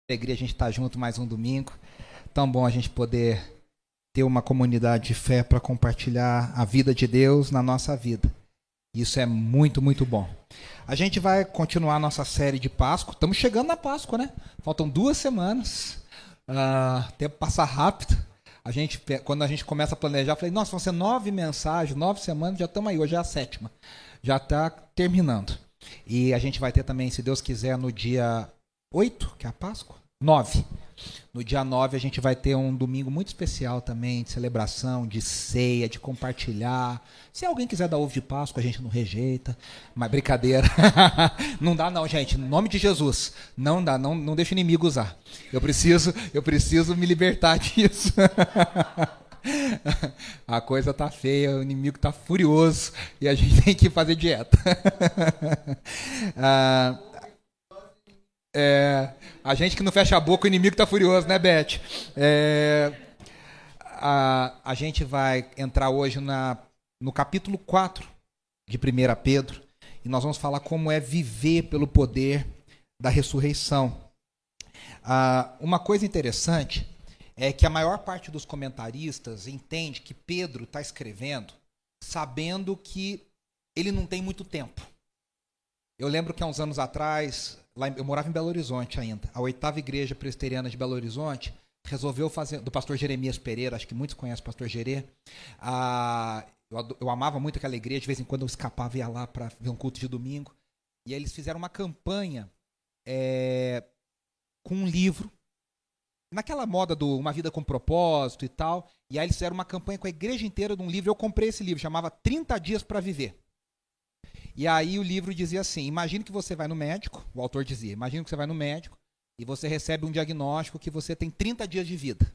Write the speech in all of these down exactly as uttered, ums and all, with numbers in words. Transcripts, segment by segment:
Alegria a gente estar junto mais um domingo. Tão bom a gente poder ter uma comunidade de fé para compartilhar a vida de Deus na nossa vida. Isso é muito, muito bom. A gente vai continuar a nossa série de Páscoa. Estamos chegando na Páscoa, né? Faltam duas semanas. Uh, o tempo passa rápido. A gente, quando a gente começa a planejar, eu falei, nossa, vão ser nove mensagens, nove semanas, já estamos aí, hoje é a sétima. Já está terminando. E a gente vai ter também, se Deus quiser, no dia oito, que é a Páscoa? nove. No dia nove a gente vai ter um domingo muito especial também, de celebração, de ceia, de compartilhar. Se alguém quiser dar ovo de Páscoa, a gente não rejeita. Mas brincadeira. Não dá não, gente. Em nome de Jesus. Não dá, não, não deixa o inimigo usar. Eu preciso, eu preciso me libertar disso. A coisa tá feia, o inimigo tá furioso e a gente tem que fazer dieta. ah, É, a gente que não fecha a boca, o inimigo está furioso, né, Beth? É, a, a gente vai entrar hoje na, no capítulo quatro de primeira Pedro e nós vamos falar como é viver pelo poder da ressurreição. Ah, uma coisa interessante é que a maior parte dos comentaristas entende que Pedro está escrevendo sabendo que ele não tem muito tempo. Eu lembro que há uns anos atrás, lá, eu morava em Belo Horizonte ainda, a oitava igreja presbiteriana de Belo Horizonte resolveu fazer, do pastor Jeremias Pereira, acho que muitos conhecem o pastor Gerê, ah, eu, eu amava muito aquela igreja, de vez em quando eu escapava e ia lá para ver um culto de domingo, e aí eles fizeram uma campanha é, com um livro, naquela moda do Uma Vida com Propósito e tal, e aí eles fizeram uma campanha com a igreja inteira de um livro, eu comprei esse livro, chamava trinta dias para Viver. E aí o livro dizia assim, imagine que você vai no médico, o autor dizia, imagine que você vai no médico e você recebe um diagnóstico que você tem trinta dias de vida.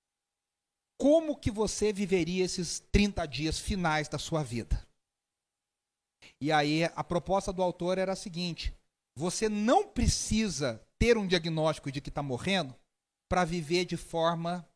Como que você viveria esses trinta dias finais da sua vida? E aí a proposta do autor era a seguinte, você não precisa ter um diagnóstico de que está morrendo para viver de forma,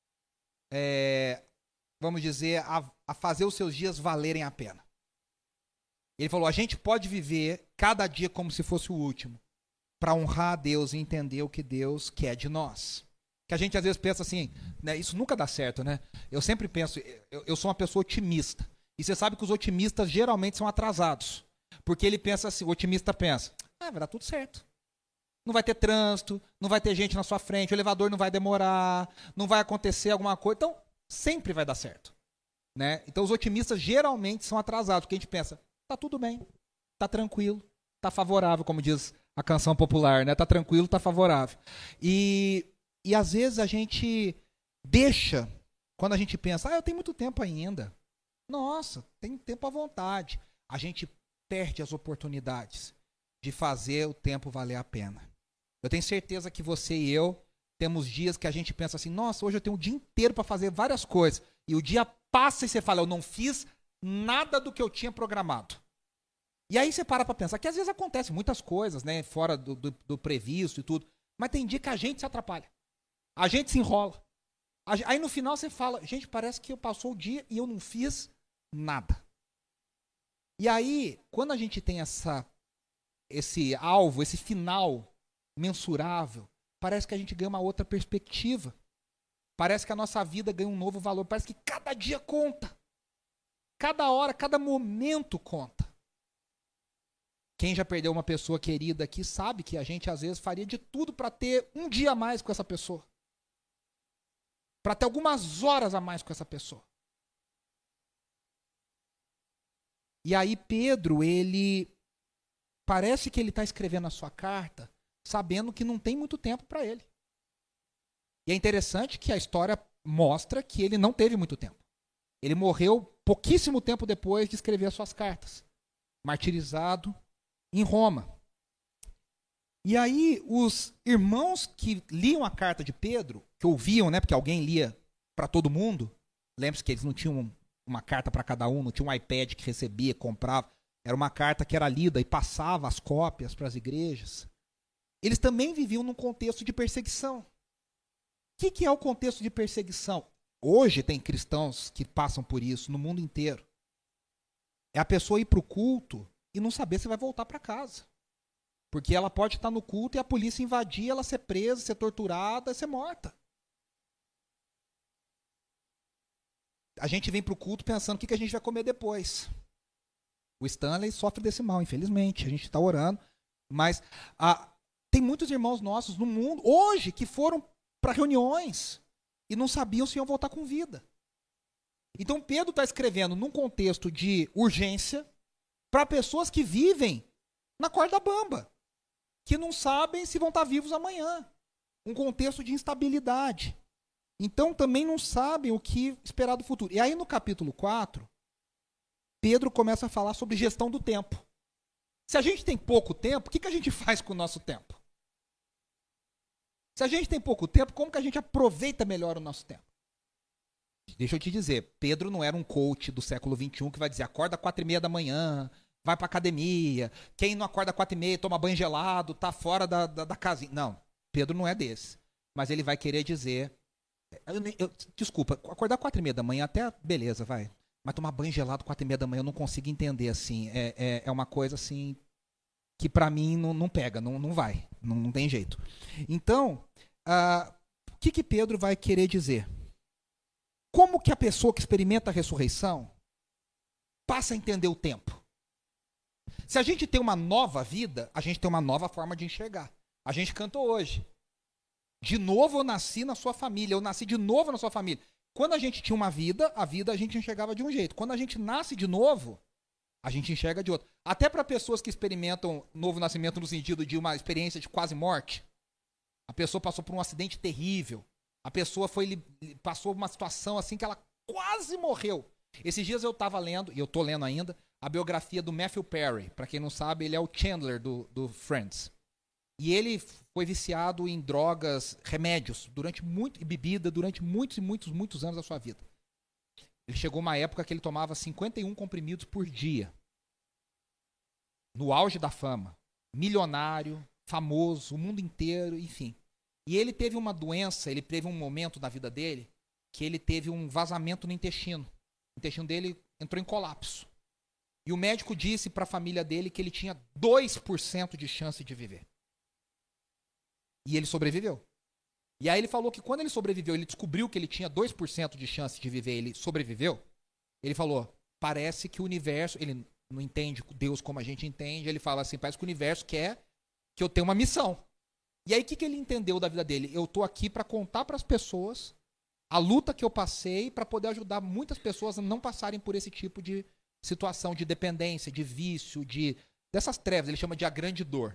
é, vamos dizer, a, a fazer os seus dias valerem a pena. Ele falou, a gente pode viver cada dia como se fosse o último, para honrar a Deus e entender o que Deus quer de nós. Que a gente às vezes pensa assim, né, isso nunca dá certo, né? Eu sempre penso, eu, eu sou uma pessoa otimista. E você sabe que os otimistas geralmente são atrasados. Porque ele pensa assim, o otimista pensa, ah, vai dar tudo certo. Não vai ter trânsito, não vai ter gente na sua frente, o elevador não vai demorar, não vai acontecer alguma coisa. Então, sempre vai dar certo. Né? Então, os otimistas geralmente são atrasados, porque a gente pensa, tá tudo bem, tá tranquilo, tá favorável, como diz a canção popular, né? Tá tranquilo, tá favorável. E, e às vezes a gente deixa, quando a gente pensa, ah, eu tenho muito tempo ainda. Nossa, tem tempo à vontade. A gente perde as oportunidades de fazer o tempo valer a pena. Eu tenho certeza que você e eu temos dias que a gente pensa assim, nossa, hoje eu tenho o dia inteiro para fazer várias coisas. E o dia passa e você fala, eu não fiz nada do que eu tinha programado. E aí você para para pensar que às vezes acontece muitas coisas, né, fora do, do, do previsto e tudo, mas tem dia que a gente se atrapalha. A gente se enrola. Aí no final você fala, gente, parece que eu passou o dia e eu não fiz nada. E aí, quando a gente tem essa, esse alvo, esse final mensurável, parece que a gente ganha uma outra perspectiva. Parece que a nossa vida ganha um novo valor. Parece que cada dia conta. Cada hora, cada momento conta. Quem já perdeu uma pessoa querida aqui sabe que a gente às vezes faria de tudo para ter um dia a mais com essa pessoa. Para ter algumas horas a mais com essa pessoa. E aí Pedro, ele parece que ele está escrevendo a sua carta sabendo que não tem muito tempo para ele. E é interessante que a história mostra que ele não teve muito tempo. Ele morreu pouquíssimo tempo depois de escrever as suas cartas. Martirizado em Roma. E aí, os irmãos que liam a carta de Pedro, que ouviam, né, porque alguém lia para todo mundo, lembre-se que eles não tinham uma carta para cada um, não tinha um iPad que recebia, comprava. Era uma carta que era lida e passava as cópias para as igrejas. Eles também viviam num contexto de perseguição. O que, que é o contexto de perseguição? Hoje tem cristãos que passam por isso no mundo inteiro. É a pessoa ir para o culto e não saber se vai voltar para casa. Porque ela pode estar no culto e a polícia invadir, ela ser presa, ser torturada, ser morta. A gente vem para o culto pensando o que, que a gente vai comer depois. O Stanley sofre desse mal, infelizmente. A gente está orando. Mas ah, tem muitos irmãos nossos no mundo, hoje, que foram para reuniões e não sabiam se iam voltar com vida. Então Pedro está escrevendo num contexto de urgência para pessoas que vivem na corda bamba, que não sabem se vão estar vivos amanhã. Um contexto de instabilidade. Então também não sabem o que esperar do futuro. E aí no capítulo quatro, Pedro começa a falar sobre gestão do tempo. Se a gente tem pouco tempo, o que, que a gente faz com o nosso tempo? Se a gente tem pouco tempo, como que a gente aproveita melhor o nosso tempo? Deixa eu te dizer, Pedro não era um coach do século vinte e um que vai dizer, acorda às quatro e meia da manhã, vai pra academia, quem não acorda às quatro e meia, toma banho gelado, tá fora da, da, da casinha. Não, Pedro não é desse. Mas ele vai querer dizer, eu, eu, desculpa, acordar às quatro e meia da manhã até, beleza, vai. Mas tomar banho gelado às quatro e meia da manhã eu não consigo entender, assim, é, é, é uma coisa, assim, que pra mim não, não pega, não, não vai, não, não tem jeito. Então, uh, o que que Pedro vai querer dizer? Como que a pessoa que experimenta a ressurreição passa a entender o tempo? Se a gente tem uma nova vida, a gente tem uma nova forma de enxergar. A gente cantou hoje. De novo eu nasci na sua família, eu nasci de novo na sua família. Quando a gente tinha uma vida, a vida a gente enxergava de um jeito. Quando a gente nasce de novo, a gente enxerga de outro. Até para pessoas que experimentam novo nascimento no sentido de uma experiência de quase morte. A pessoa passou por um acidente terrível. A pessoa foi, passou uma situação assim que ela quase morreu. Esses dias eu estava lendo, e eu estou lendo ainda, a biografia do Matthew Perry. Para quem não sabe, ele é o Chandler do, do Friends. E ele foi viciado em drogas, remédios, durante muito, e bebida durante muitos e muitos, muitos anos da sua vida. Ele chegou uma época que ele tomava cinquenta e um comprimidos por dia. No auge da fama. Milionário, famoso, o mundo inteiro, enfim. E ele teve uma doença, ele teve um momento da vida dele que ele teve um vazamento no intestino. O intestino dele entrou em colapso. E o médico disse para a família dele que ele tinha dois por cento de chance de viver. E ele sobreviveu. E aí ele falou que quando ele sobreviveu, ele descobriu que ele tinha dois por cento de chance de viver, ele sobreviveu. Ele falou, parece que o universo, ele não entende Deus como a gente entende, ele fala assim, parece que o universo quer que eu tenha uma missão. E aí, o que, que ele entendeu da vida dele? Eu estou aqui para contar para as pessoas a luta que eu passei para poder ajudar muitas pessoas a não passarem por esse tipo de situação de dependência, de vício, de dessas trevas. Ele chama de a grande dor.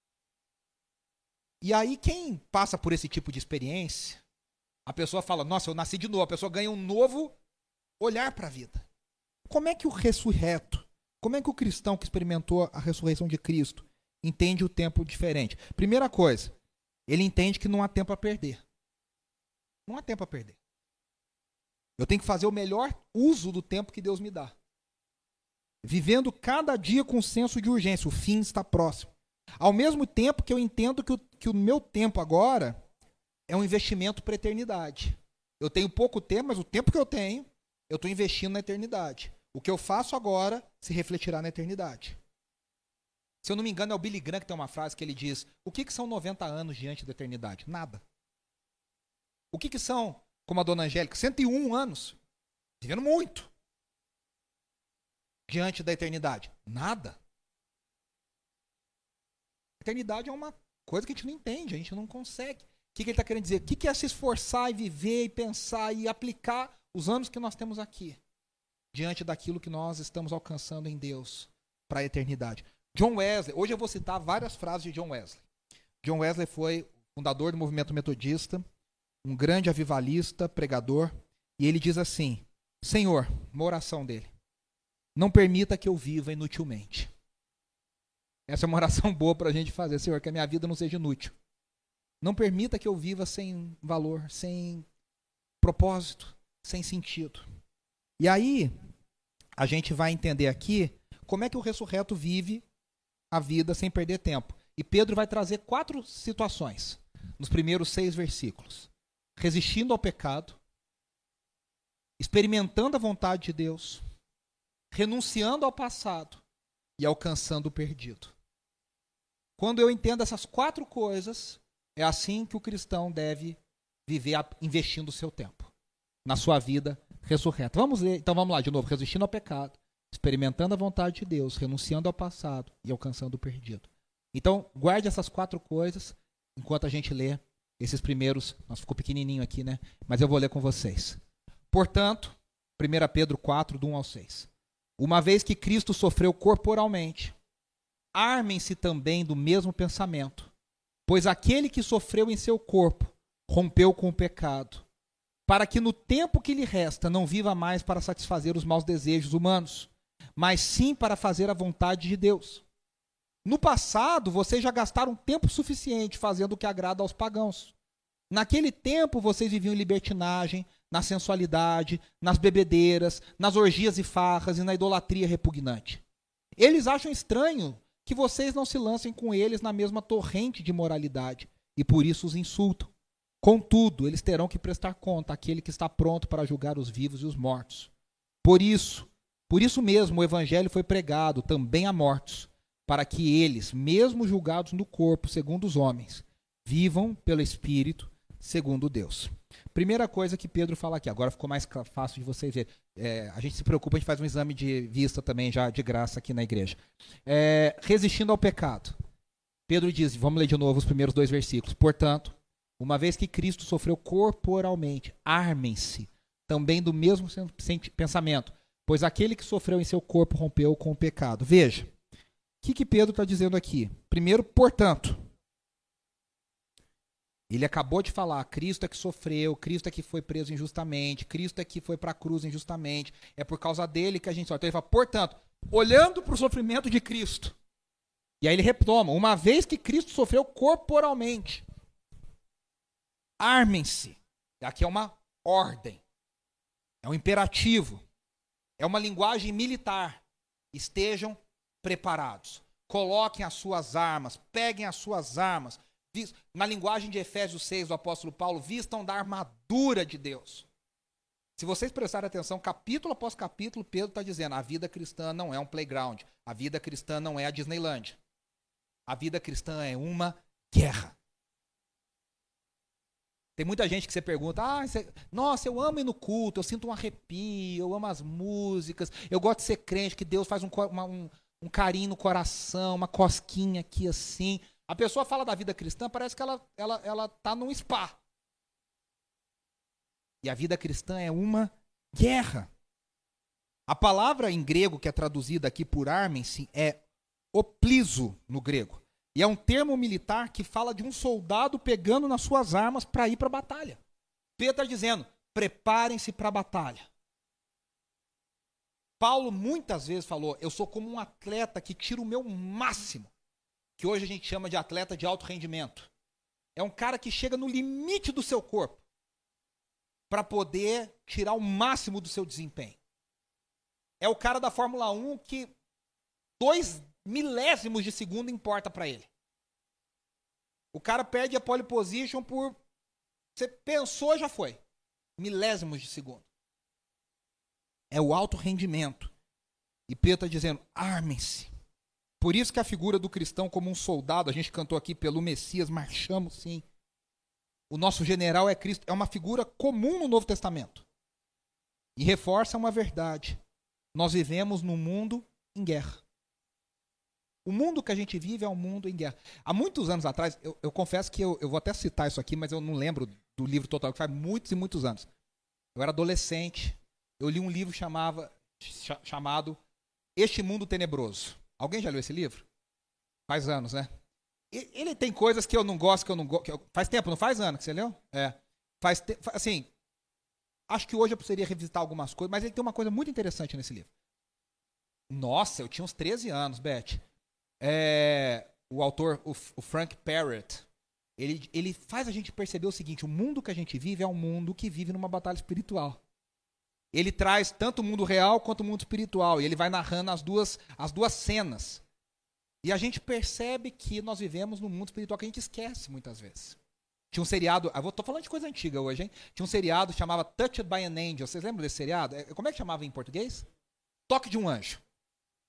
E aí, quem passa por esse tipo de experiência, a pessoa fala, nossa, eu nasci de novo. A pessoa ganha um novo olhar para a vida. Como é que o ressurreto, como é que o cristão que experimentou a ressurreição de Cristo entende o tempo diferente? Primeira coisa, ele entende que não há tempo a perder. Não há tempo a perder. Eu tenho que fazer o melhor uso do tempo que Deus me dá. Vivendo cada dia com senso de urgência. O fim está próximo. Ao mesmo tempo que eu entendo que o, que o meu tempo agora é um investimento para a eternidade. Eu tenho pouco tempo, mas o tempo que eu tenho, eu estou investindo na eternidade. O que eu faço agora se refletirá na eternidade. Se eu não me engano, é o Billy Graham que tem uma frase que ele diz, o que, que são noventa anos diante da eternidade? Nada. O que, que são, como a dona Angélica, cento e um anos, vivendo muito, diante da eternidade? Nada. A eternidade é uma coisa que a gente não entende, a gente não consegue. O que, que ele está querendo dizer? O que, que é se esforçar e viver e pensar e aplicar os anos que nós temos aqui, diante daquilo que nós estamos alcançando em Deus para a eternidade? John Wesley, hoje eu vou citar várias frases de John Wesley. John Wesley foi fundador do movimento metodista, um grande avivalista, pregador, e ele diz assim, Senhor, uma oração dele, não permita que eu viva inutilmente. Essa é uma oração boa para a gente fazer, Senhor, que a minha vida não seja inútil. Não permita que eu viva sem valor, sem propósito, sem sentido. E aí, a gente vai entender aqui como é que o ressurreto vive a vida sem perder tempo. E Pedro vai trazer quatro situações nos primeiros seis versículos. Resistindo ao pecado, experimentando a vontade de Deus, renunciando ao passado e alcançando o perdido. Quando eu entendo essas quatro coisas, é assim que o cristão deve viver investindo o seu tempo na sua vida ressurreta. Vamos ler, então vamos lá de novo. Resistindo ao pecado, experimentando a vontade de Deus, renunciando ao passado e alcançando o perdido. Então, guarde essas quatro coisas enquanto a gente lê esses primeiros. Nossa, ficou pequenininho aqui, né? Mas eu vou ler com vocês. Portanto, primeira Pedro quatro, do um ao seis. Uma vez que Cristo sofreu corporalmente, armem-se também do mesmo pensamento, pois aquele que sofreu em seu corpo rompeu com o pecado, para que no tempo que lhe resta não viva mais para satisfazer os maus desejos humanos, mas sim para fazer a vontade de Deus. No passado, vocês já gastaram tempo suficiente fazendo o que agrada aos pagãos. Naquele tempo, vocês viviam em libertinagem, na sensualidade, nas bebedeiras, nas orgias e farras e na idolatria repugnante. Eles acham estranho que vocês não se lancem com eles na mesma torrente de moralidade, e por isso os insultam. Contudo, eles terão que prestar conta àquele que está pronto para julgar os vivos e os mortos. Por isso, por isso mesmo o evangelho foi pregado também a mortos, para que eles, mesmo julgados no corpo segundo os homens, vivam pelo Espírito segundo Deus. Primeira coisa que Pedro fala aqui, agora ficou mais fácil de vocês verem. É, a gente se preocupa, a gente faz um exame de vista também, já de graça aqui na igreja. É, resistindo ao pecado. Pedro diz, vamos ler de novo os primeiros dois versículos. Portanto, uma vez que Cristo sofreu corporalmente, armem-se também do mesmo pensamento, pois aquele que sofreu em seu corpo rompeu com o pecado. Veja, o que, que Pedro está dizendo aqui? Primeiro, portanto. Ele acabou de falar, Cristo é que sofreu, Cristo é que foi preso injustamente, Cristo é que foi para a cruz injustamente, é por causa dele que a gente sofre. Então ele fala, portanto, olhando para o sofrimento de Cristo. E aí ele retoma, uma vez que Cristo sofreu corporalmente, armem-se. Aqui é uma ordem, é um imperativo, é uma linguagem militar. Estejam preparados, coloquem as suas armas, peguem as suas armas. Na linguagem de Efésios seis, do apóstolo Paulo, vistam da armadura de Deus. Se vocês prestarem atenção, capítulo após capítulo, Pedro está dizendo, a vida cristã não é um playground, a vida cristã não é a Disneyland. A vida cristã é uma guerra. Tem muita gente que você pergunta, ah, você... nossa, eu amo ir no culto, eu sinto um arrepio, eu amo as músicas, eu gosto de ser crente, que Deus faz um, uma, um, um carinho no coração, uma cosquinha aqui assim. A pessoa fala da vida cristã, parece que ela ela ela tá num spa. E a vida cristã é uma guerra. A palavra em grego que é traduzida aqui por armem-se é oplizo no grego. E é um termo militar que fala de um soldado pegando nas suas armas para ir para a batalha. Pedro está dizendo, preparem-se para a batalha. Paulo muitas vezes falou, eu sou como um atleta que tira o meu máximo. Que hoje a gente chama de atleta de alto rendimento. É um cara que chega no limite do seu corpo para poder tirar o máximo do seu desempenho. É o cara da Fórmula um que dois milésimos de segundo importa para ele. O cara perde a pole position por... Você pensou, já foi. Milésimos de segundo. É o alto rendimento. E Pedro está dizendo, armem-se. Por isso que a figura do cristão como um soldado, a gente cantou aqui pelo Messias, marchamos sim. O nosso general é Cristo, é uma figura comum no Novo Testamento. E reforça uma verdade. Nós vivemos num mundo em guerra. O mundo que a gente vive é um mundo em guerra. Há muitos anos atrás, eu, eu confesso que eu, eu vou até citar isso aqui, mas eu não lembro do livro total, que faz muitos e muitos anos. Eu era adolescente, eu li um livro chamava, chamado Este Mundo Tenebroso. Alguém já leu esse livro? Faz anos, né? Ele tem coisas que eu não gosto, que eu não gosto. Faz tempo, não faz anos que você leu? É. Faz te... Assim, acho que hoje eu precisaria revisitar algumas coisas, mas ele tem uma coisa muito interessante nesse livro. Nossa, eu tinha uns treze anos, Beth. É... O autor, o, o Frank Parrott, ele, ele faz a gente perceber o seguinte, o mundo que a gente vive é um mundo que vive numa batalha espiritual. Ele traz tanto o mundo real quanto o mundo espiritual. E ele vai narrando as duas, as duas cenas. E a gente percebe que nós vivemos num mundo espiritual que a gente esquece muitas vezes. Tinha um seriado, eu tô falando de coisa antiga hoje, hein? Tinha um seriado que chamava Touched by an Angel. Vocês lembram desse seriado? Como é que chamava em português? Toque de um Anjo.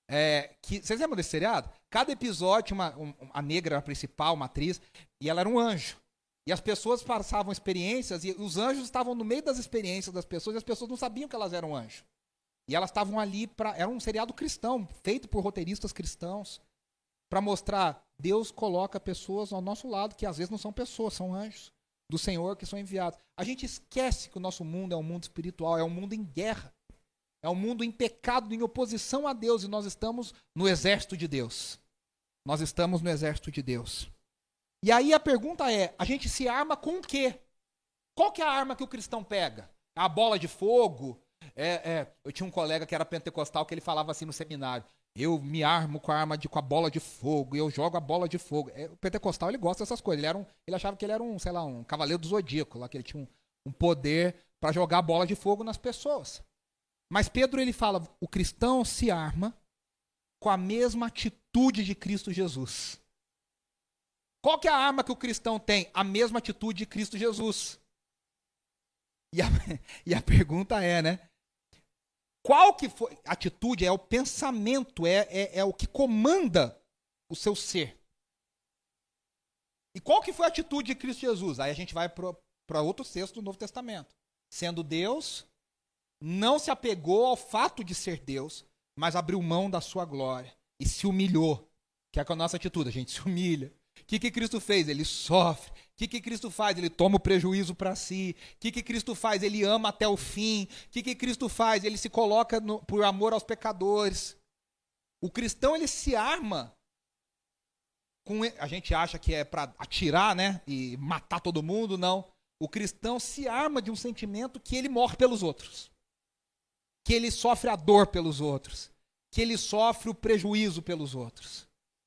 É, que, vocês lembram desse seriado? Cada episódio, uma, um, a negra a principal, uma atriz, e ela era um anjo. E as pessoas passavam experiências, e os anjos estavam no meio das experiências das pessoas, e as pessoas não sabiam que elas eram anjos. E elas estavam ali para. Era um seriado cristão, feito por roteiristas cristãos, para mostrar Deus coloca pessoas ao nosso lado, que às vezes não são pessoas, são anjos do Senhor que são enviados. A gente esquece que o nosso mundo é um mundo espiritual, é um mundo em guerra. É um mundo em pecado, em oposição a Deus, e nós estamos no exército de Deus. Nós estamos no exército de Deus. E aí a pergunta é, a gente se arma com o quê? Qual que é a arma que o cristão pega? A bola de fogo? É, é, eu tinha um colega que era pentecostal que ele falava assim no seminário, eu me armo com a arma de, com a bola de fogo, eu jogo a bola de fogo. É, o pentecostal ele gosta dessas coisas, ele, era um, ele achava que ele era um, sei lá, um cavaleiro do zodíaco, lá, que ele tinha um, um poder para jogar a bola de fogo nas pessoas. Mas Pedro ele fala, o cristão se arma com a mesma atitude de Cristo Jesus. Qual que é a arma que o cristão tem? A mesma atitude de Cristo Jesus. E a, e a pergunta é, né? Qual que foi? Atitude é o pensamento, é, é, é o que comanda o seu ser. E qual que foi a atitude de Cristo Jesus? Aí a gente vai para outro texto do Novo Testamento. Sendo Deus, não se apegou ao fato de ser Deus, mas abriu mão da sua glória e se humilhou. Que é com a nossa atitude, a gente se humilha. O que, que Cristo fez? Ele sofre. O que, que Cristo faz? Ele toma o prejuízo para si. O que, que Cristo faz? Ele ama até o fim. O que, que Cristo faz? Ele se coloca no, por amor aos pecadores. O cristão, ele se arma. Com, a gente acha que é para atirar, né? E matar todo mundo. Não. O cristão se arma de um sentimento que ele morre pelos outros. Que ele sofre a dor pelos outros. Que ele sofre o prejuízo pelos outros.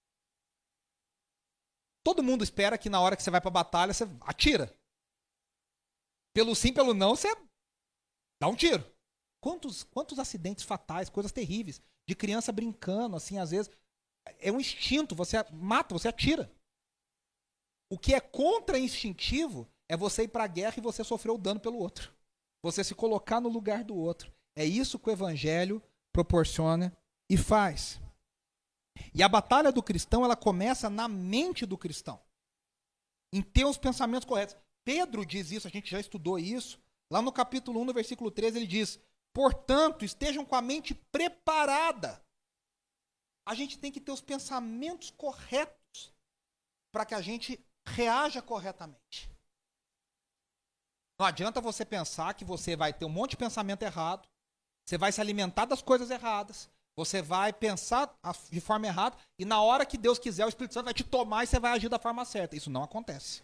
Todo mundo espera que na hora que você vai para a batalha, você atira. Pelo sim, pelo não, você dá um tiro. Quantos, quantos acidentes fatais, coisas terríveis, de criança brincando, assim, às vezes, é um instinto, você mata, você atira. O que é contra-instintivo é você ir para a guerra e você sofrer o dano pelo outro. Você se colocar no lugar do outro. É isso que o evangelho proporciona e faz. E a batalha do cristão, ela começa na mente do cristão. Em ter os pensamentos corretos. Pedro diz isso, a gente já estudou isso. Lá no capítulo um, no versículo treze, ele diz, portanto, estejam com a mente preparada. A gente tem que ter os pensamentos corretos para que a gente reaja corretamente. Não adianta você pensar que você vai ter um monte de pensamento errado, você vai se alimentar das coisas erradas, você vai pensar de forma errada e na hora que Deus quiser, o Espírito Santo vai te tomar e você vai agir da forma certa. Isso não acontece.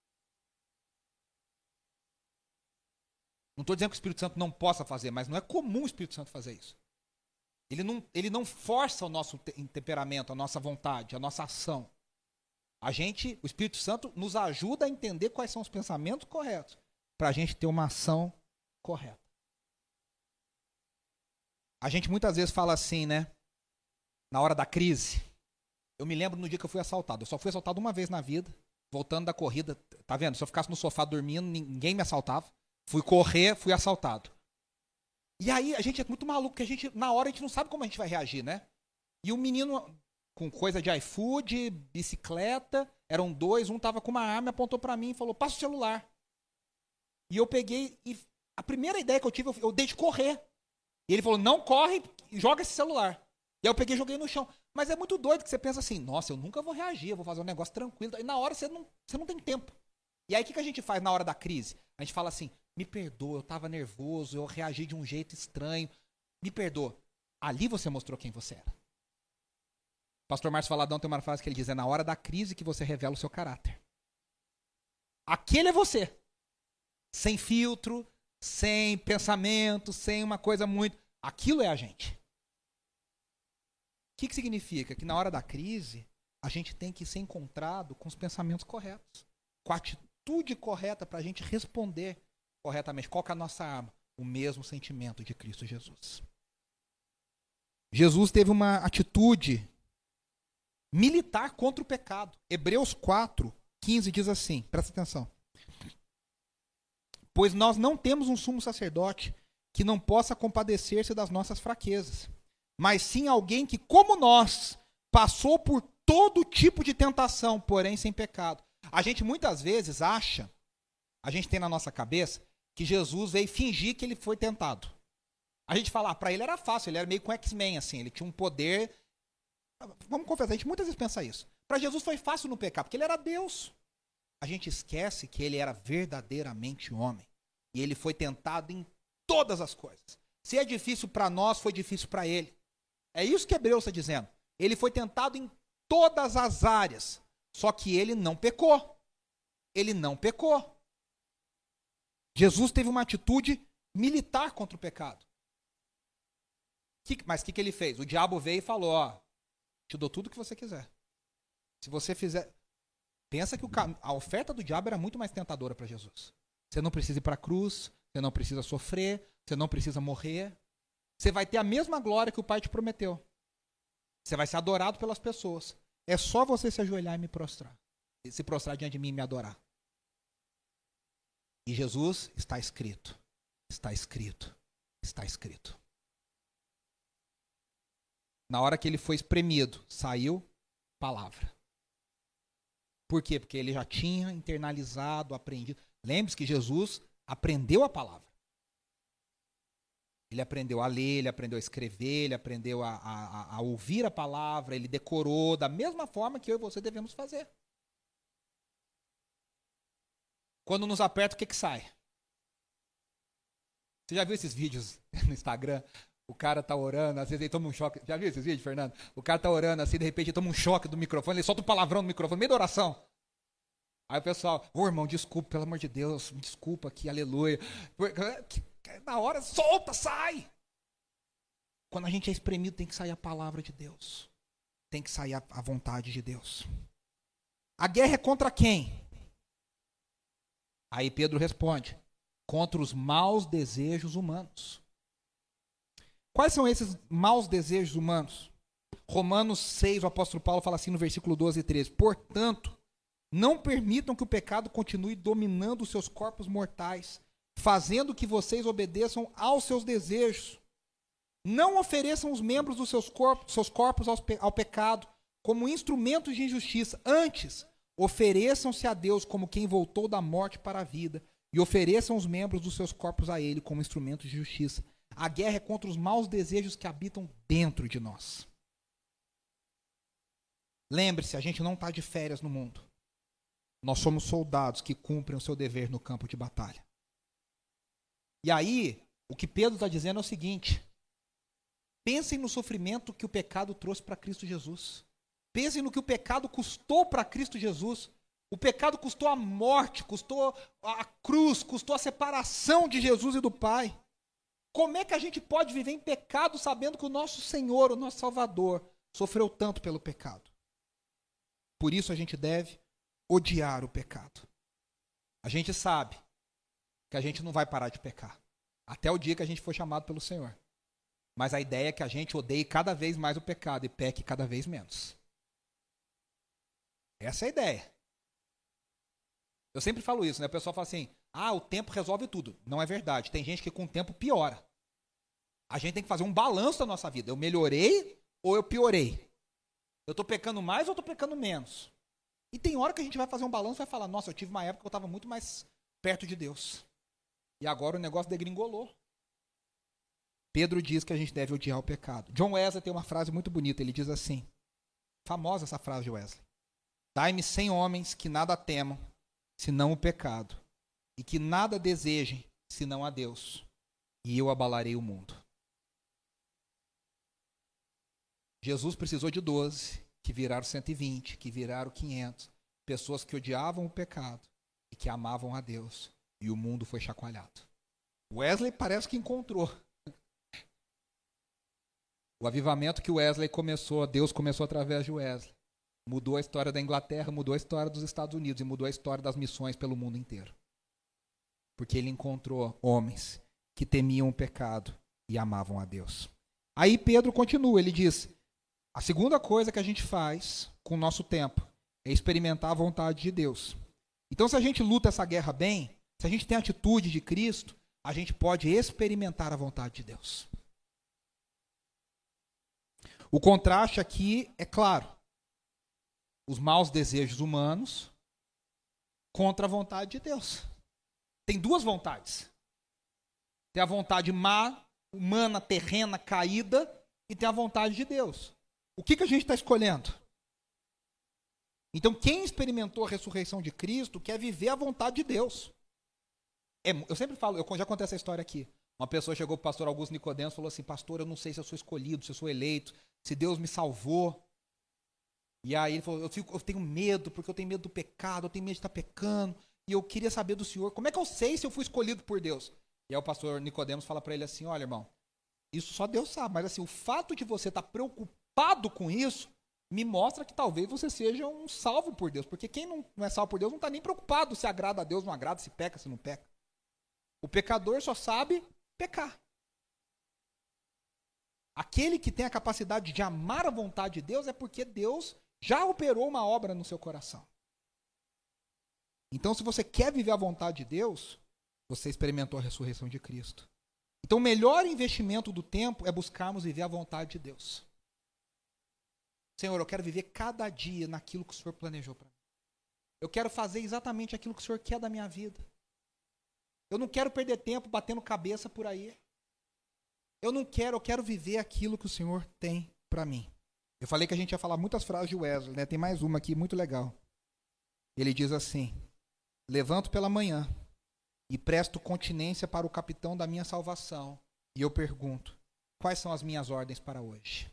Não estou dizendo que o Espírito Santo não possa fazer, mas não é comum o Espírito Santo fazer isso. Ele não, ele não força o nosso temperamento, a nossa vontade, a nossa ação. A gente, o Espírito Santo nos ajuda a entender quais são os pensamentos corretos para a gente ter uma ação correta. A gente muitas vezes fala assim, né? Na hora da crise. Eu me lembro no dia que eu fui assaltado. Eu só fui assaltado uma vez na vida, voltando da corrida. Tá vendo? Se eu ficasse no sofá dormindo, ninguém me assaltava. Fui correr, fui assaltado. E aí a gente é muito maluco, porque a gente, na hora a gente não sabe como a gente vai reagir, né? E o menino com coisa de iFood, bicicleta, eram dois, um tava com uma arma, apontou pra mim e falou, passa o celular. E eu peguei, e a primeira ideia que eu tive, eu, eu dei de correr. E ele falou, não corre, joga esse celular. E aí eu peguei e joguei no chão. Mas é muito doido que você pensa assim, nossa, eu nunca vou reagir, eu vou fazer um negócio tranquilo. E na hora você não, você não tem tempo. E aí o que, que a gente faz na hora da crise? A gente fala assim, me perdoa, eu tava nervoso, eu reagi de um jeito estranho. Me perdoa. Ali você mostrou quem você era. O pastor Márcio Valadão tem uma frase que ele diz, é na hora da crise que você revela o seu caráter. Aquele é você. Sem filtro, sem pensamento, sem uma coisa muito... Aquilo é a gente. O que, que significa? Que na hora da crise, a gente tem que ser encontrado com os pensamentos corretos. Com a atitude correta para a gente responder corretamente. Qual que é a nossa arma? O mesmo sentimento de Cristo Jesus. Jesus teve uma atitude militar contra o pecado. Hebreus quatro, quinze diz assim, presta atenção. Pois nós não temos um sumo sacerdote que não possa compadecer-se das nossas fraquezas, mas sim alguém que, como nós, passou por todo tipo de tentação, porém sem pecado. A gente muitas vezes acha, a gente tem na nossa cabeça, que Jesus veio fingir que ele foi tentado. A gente fala, ah, para ele era fácil, ele era meio com X-Men, assim, ele tinha um poder. Vamos confessar, a gente muitas vezes pensa isso. Para Jesus foi fácil não pecar, porque ele era Deus. A gente esquece que ele era verdadeiramente homem. E ele foi tentado em todas as coisas. Se é difícil para nós, foi difícil para ele. É isso que Hebreus está dizendo. Ele foi tentado em todas as áreas. Só que ele não pecou. Ele não pecou. Jesus teve uma atitude militar contra o pecado. Que, mas o que, que ele fez? O diabo veio e falou, ó, te dou tudo o que você quiser. Se você fizer... Pensa que o, a oferta do diabo era muito mais tentadora para Jesus. Você não precisa ir para a cruz, você não precisa sofrer, você não precisa morrer. Você vai ter a mesma glória que o Pai te prometeu. Você vai ser adorado pelas pessoas. É só você se ajoelhar e me prostrar. Se prostrar diante de mim e me adorar. E Jesus, está escrito, está escrito, está escrito. Na hora que ele foi espremido, saiu palavra. Por quê? Porque ele já tinha internalizado, aprendido. Lembre-se que Jesus aprendeu a palavra. Ele aprendeu a ler, ele aprendeu a escrever, ele aprendeu a, a, a ouvir a palavra, ele decorou da mesma forma que eu e você devemos fazer. Quando nos aperta, o que que sai? Você já viu esses vídeos no Instagram? O cara tá orando, às vezes ele toma um choque. Já viu esses vídeos, Fernando? O cara tá orando assim, de repente ele toma um choque do microfone, ele solta um palavrão no microfone, no meio da oração. Aí o pessoal, ô oh, irmão, desculpa, pelo amor de Deus, me desculpa aqui, aleluia. Na hora, solta, sai. Quando a gente é espremido, tem que sair a palavra de Deus. Tem que sair a, a vontade de Deus. A guerra é contra quem? Aí Pedro responde, contra os maus desejos humanos. Quais são esses maus desejos humanos? Romanos seis, o apóstolo Paulo fala assim no versículo doze e treze. Portanto, não permitam que o pecado continue dominando os seus corpos mortais, fazendo que vocês obedeçam aos seus desejos. Não ofereçam os membros dos seus corpos, seus corpos aos pe- ao pecado como instrumentos de injustiça. Antes, ofereçam-se a Deus como quem voltou da morte para a vida e ofereçam os membros dos seus corpos a Ele como instrumentos de justiça. A guerra é contra os maus desejos que habitam dentro de nós. Lembre-se, a gente não está de férias no mundo. Nós somos soldados que cumprem o seu dever no campo de batalha. E aí, o que Pedro está dizendo é o seguinte. Pensem no sofrimento que o pecado trouxe para Cristo Jesus. Pensem no que o pecado custou para Cristo Jesus. O pecado custou a morte, custou a cruz, custou a separação de Jesus e do Pai. Como é que a gente pode viver em pecado sabendo que o nosso Senhor, o nosso Salvador, sofreu tanto pelo pecado? Por isso a gente deve odiar o pecado. A gente sabe que a gente não vai parar de pecar, até o dia que a gente for chamado pelo Senhor. Mas a ideia é que a gente odeie cada vez mais o pecado e peque cada vez menos. Essa é a ideia. Eu sempre falo isso, né? O pessoal fala assim, ah, o tempo resolve tudo. Não é verdade. Tem gente que com o tempo piora. A gente tem que fazer um balanço da nossa vida. Eu melhorei ou eu piorei? Eu estou pecando mais ou estou pecando menos? E tem hora que a gente vai fazer um balanço e vai falar, nossa, eu tive uma época que eu estava muito mais perto de Deus. E agora o negócio degringolou. Pedro diz que a gente deve odiar o pecado. John Wesley tem uma frase muito bonita. Ele diz assim, famosa essa frase de Wesley. Dai-me cem homens que nada temam, senão o pecado, e que nada desejem, senão a Deus, e eu abalarei o mundo. Jesus precisou de doze, que viraram cento e vinte, que viraram quinhentos, pessoas que odiavam o pecado e que amavam a Deus, e o mundo foi chacoalhado. Wesley parece que encontrou. O avivamento que Wesley começou, Deus começou através de Wesley. Mudou a história da Inglaterra, mudou a história dos Estados Unidos e mudou a história das missões pelo mundo inteiro. Porque ele encontrou homens que temiam o pecado e amavam a Deus. Aí Pedro continua, ele diz, a segunda coisa que a gente faz com o nosso tempo é experimentar a vontade de Deus. Então, se a gente luta essa guerra bem, se a gente tem a atitude de Cristo, a gente pode experimentar a vontade de Deus. O contraste aqui é claro. Os maus desejos humanos contra a vontade de Deus. Tem duas vontades. Tem a vontade má, humana, terrena, caída, e tem a vontade de Deus. O que, que a gente está escolhendo? Então, quem experimentou a ressurreição de Cristo quer viver a vontade de Deus. É, eu sempre falo, eu já contei essa história aqui. Uma pessoa chegou para o pastor Augusto Nicodemos e falou assim: pastor, eu não sei se eu sou escolhido, se eu sou eleito, se Deus me salvou. E aí ele falou: eu, fico, eu tenho medo, porque eu tenho medo do pecado, eu tenho medo de estar pecando, e eu queria saber do senhor, como é que eu sei se eu fui escolhido por Deus? E aí o pastor Nicodemos fala para ele assim: olha, irmão, isso só Deus sabe, mas assim, o fato de você estar preocupado com isso me mostra que talvez você seja um salvo por Deus, porque quem não, não é salvo por Deus não está nem preocupado se agrada a Deus, não agrada, se peca, se não peca. O pecador só sabe pecar. Aquele que tem a capacidade de amar a vontade de Deus é porque Deus já operou uma obra no seu coração. Então, se você quer viver a vontade de Deus, você experimentou a ressurreição de Cristo. Então, o melhor investimento do tempo é buscarmos viver a vontade de Deus. Senhor, eu quero viver cada dia naquilo que o Senhor planejou para mim. Eu quero fazer exatamente aquilo que o Senhor quer da minha vida. Eu não quero perder tempo batendo cabeça por aí. Eu não quero, eu quero viver aquilo que o Senhor tem para mim. Eu falei que a gente ia falar muitas frases de Wesley, né? Tem mais uma aqui muito legal. Ele diz assim: levanto pela manhã e presto continência para o capitão da minha salvação, e eu pergunto: quais são as minhas ordens para hoje?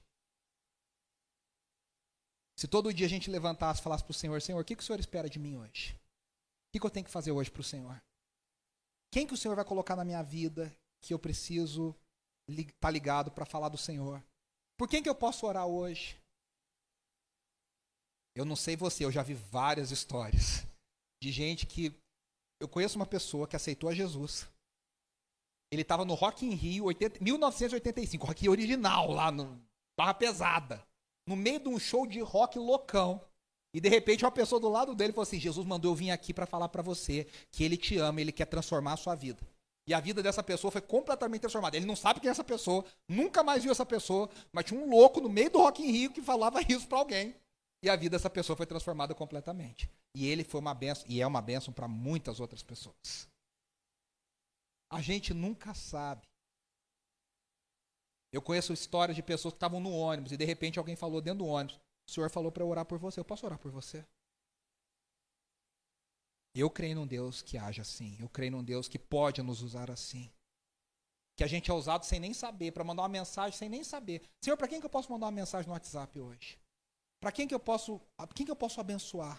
Se todo dia a gente levantasse e falasse para o Senhor: Senhor, o que, que o Senhor espera de mim hoje? O que, que eu tenho que fazer hoje para o Senhor? Quem que o Senhor vai colocar na minha vida que eu preciso estar tá ligado para falar do Senhor? Por quem que eu posso orar hoje? Eu não sei você, eu já vi várias histórias de gente que... Eu conheço uma pessoa que aceitou a Jesus. Ele estava no Rock in Rio, mil novecentos e oitenta e cinco, Rock in Rio original, lá no Barra Pesada. No meio de um show de rock loucão. E de repente uma pessoa do lado dele falou assim: Jesus mandou eu vir aqui para falar para você que ele te ama, ele quer transformar a sua vida. E a vida dessa pessoa foi completamente transformada. Ele não sabe quem é essa pessoa, nunca mais viu essa pessoa, mas tinha um louco no meio do Rock in Rio que falava isso para alguém. E a vida dessa pessoa foi transformada completamente. E ele foi uma bênção, e é uma bênção para muitas outras pessoas. A gente nunca sabe. Eu conheço histórias de pessoas que estavam no ônibus e de repente alguém falou dentro do ônibus: o Senhor falou para eu orar por você, eu posso orar por você? Eu creio num Deus que age assim. Eu creio num Deus que pode nos usar assim. Que a gente é usado sem nem saber, para mandar uma mensagem sem nem saber. Senhor, para quem que eu posso mandar uma mensagem no WhatsApp hoje? Para quem que eu posso, quem que eu posso abençoar?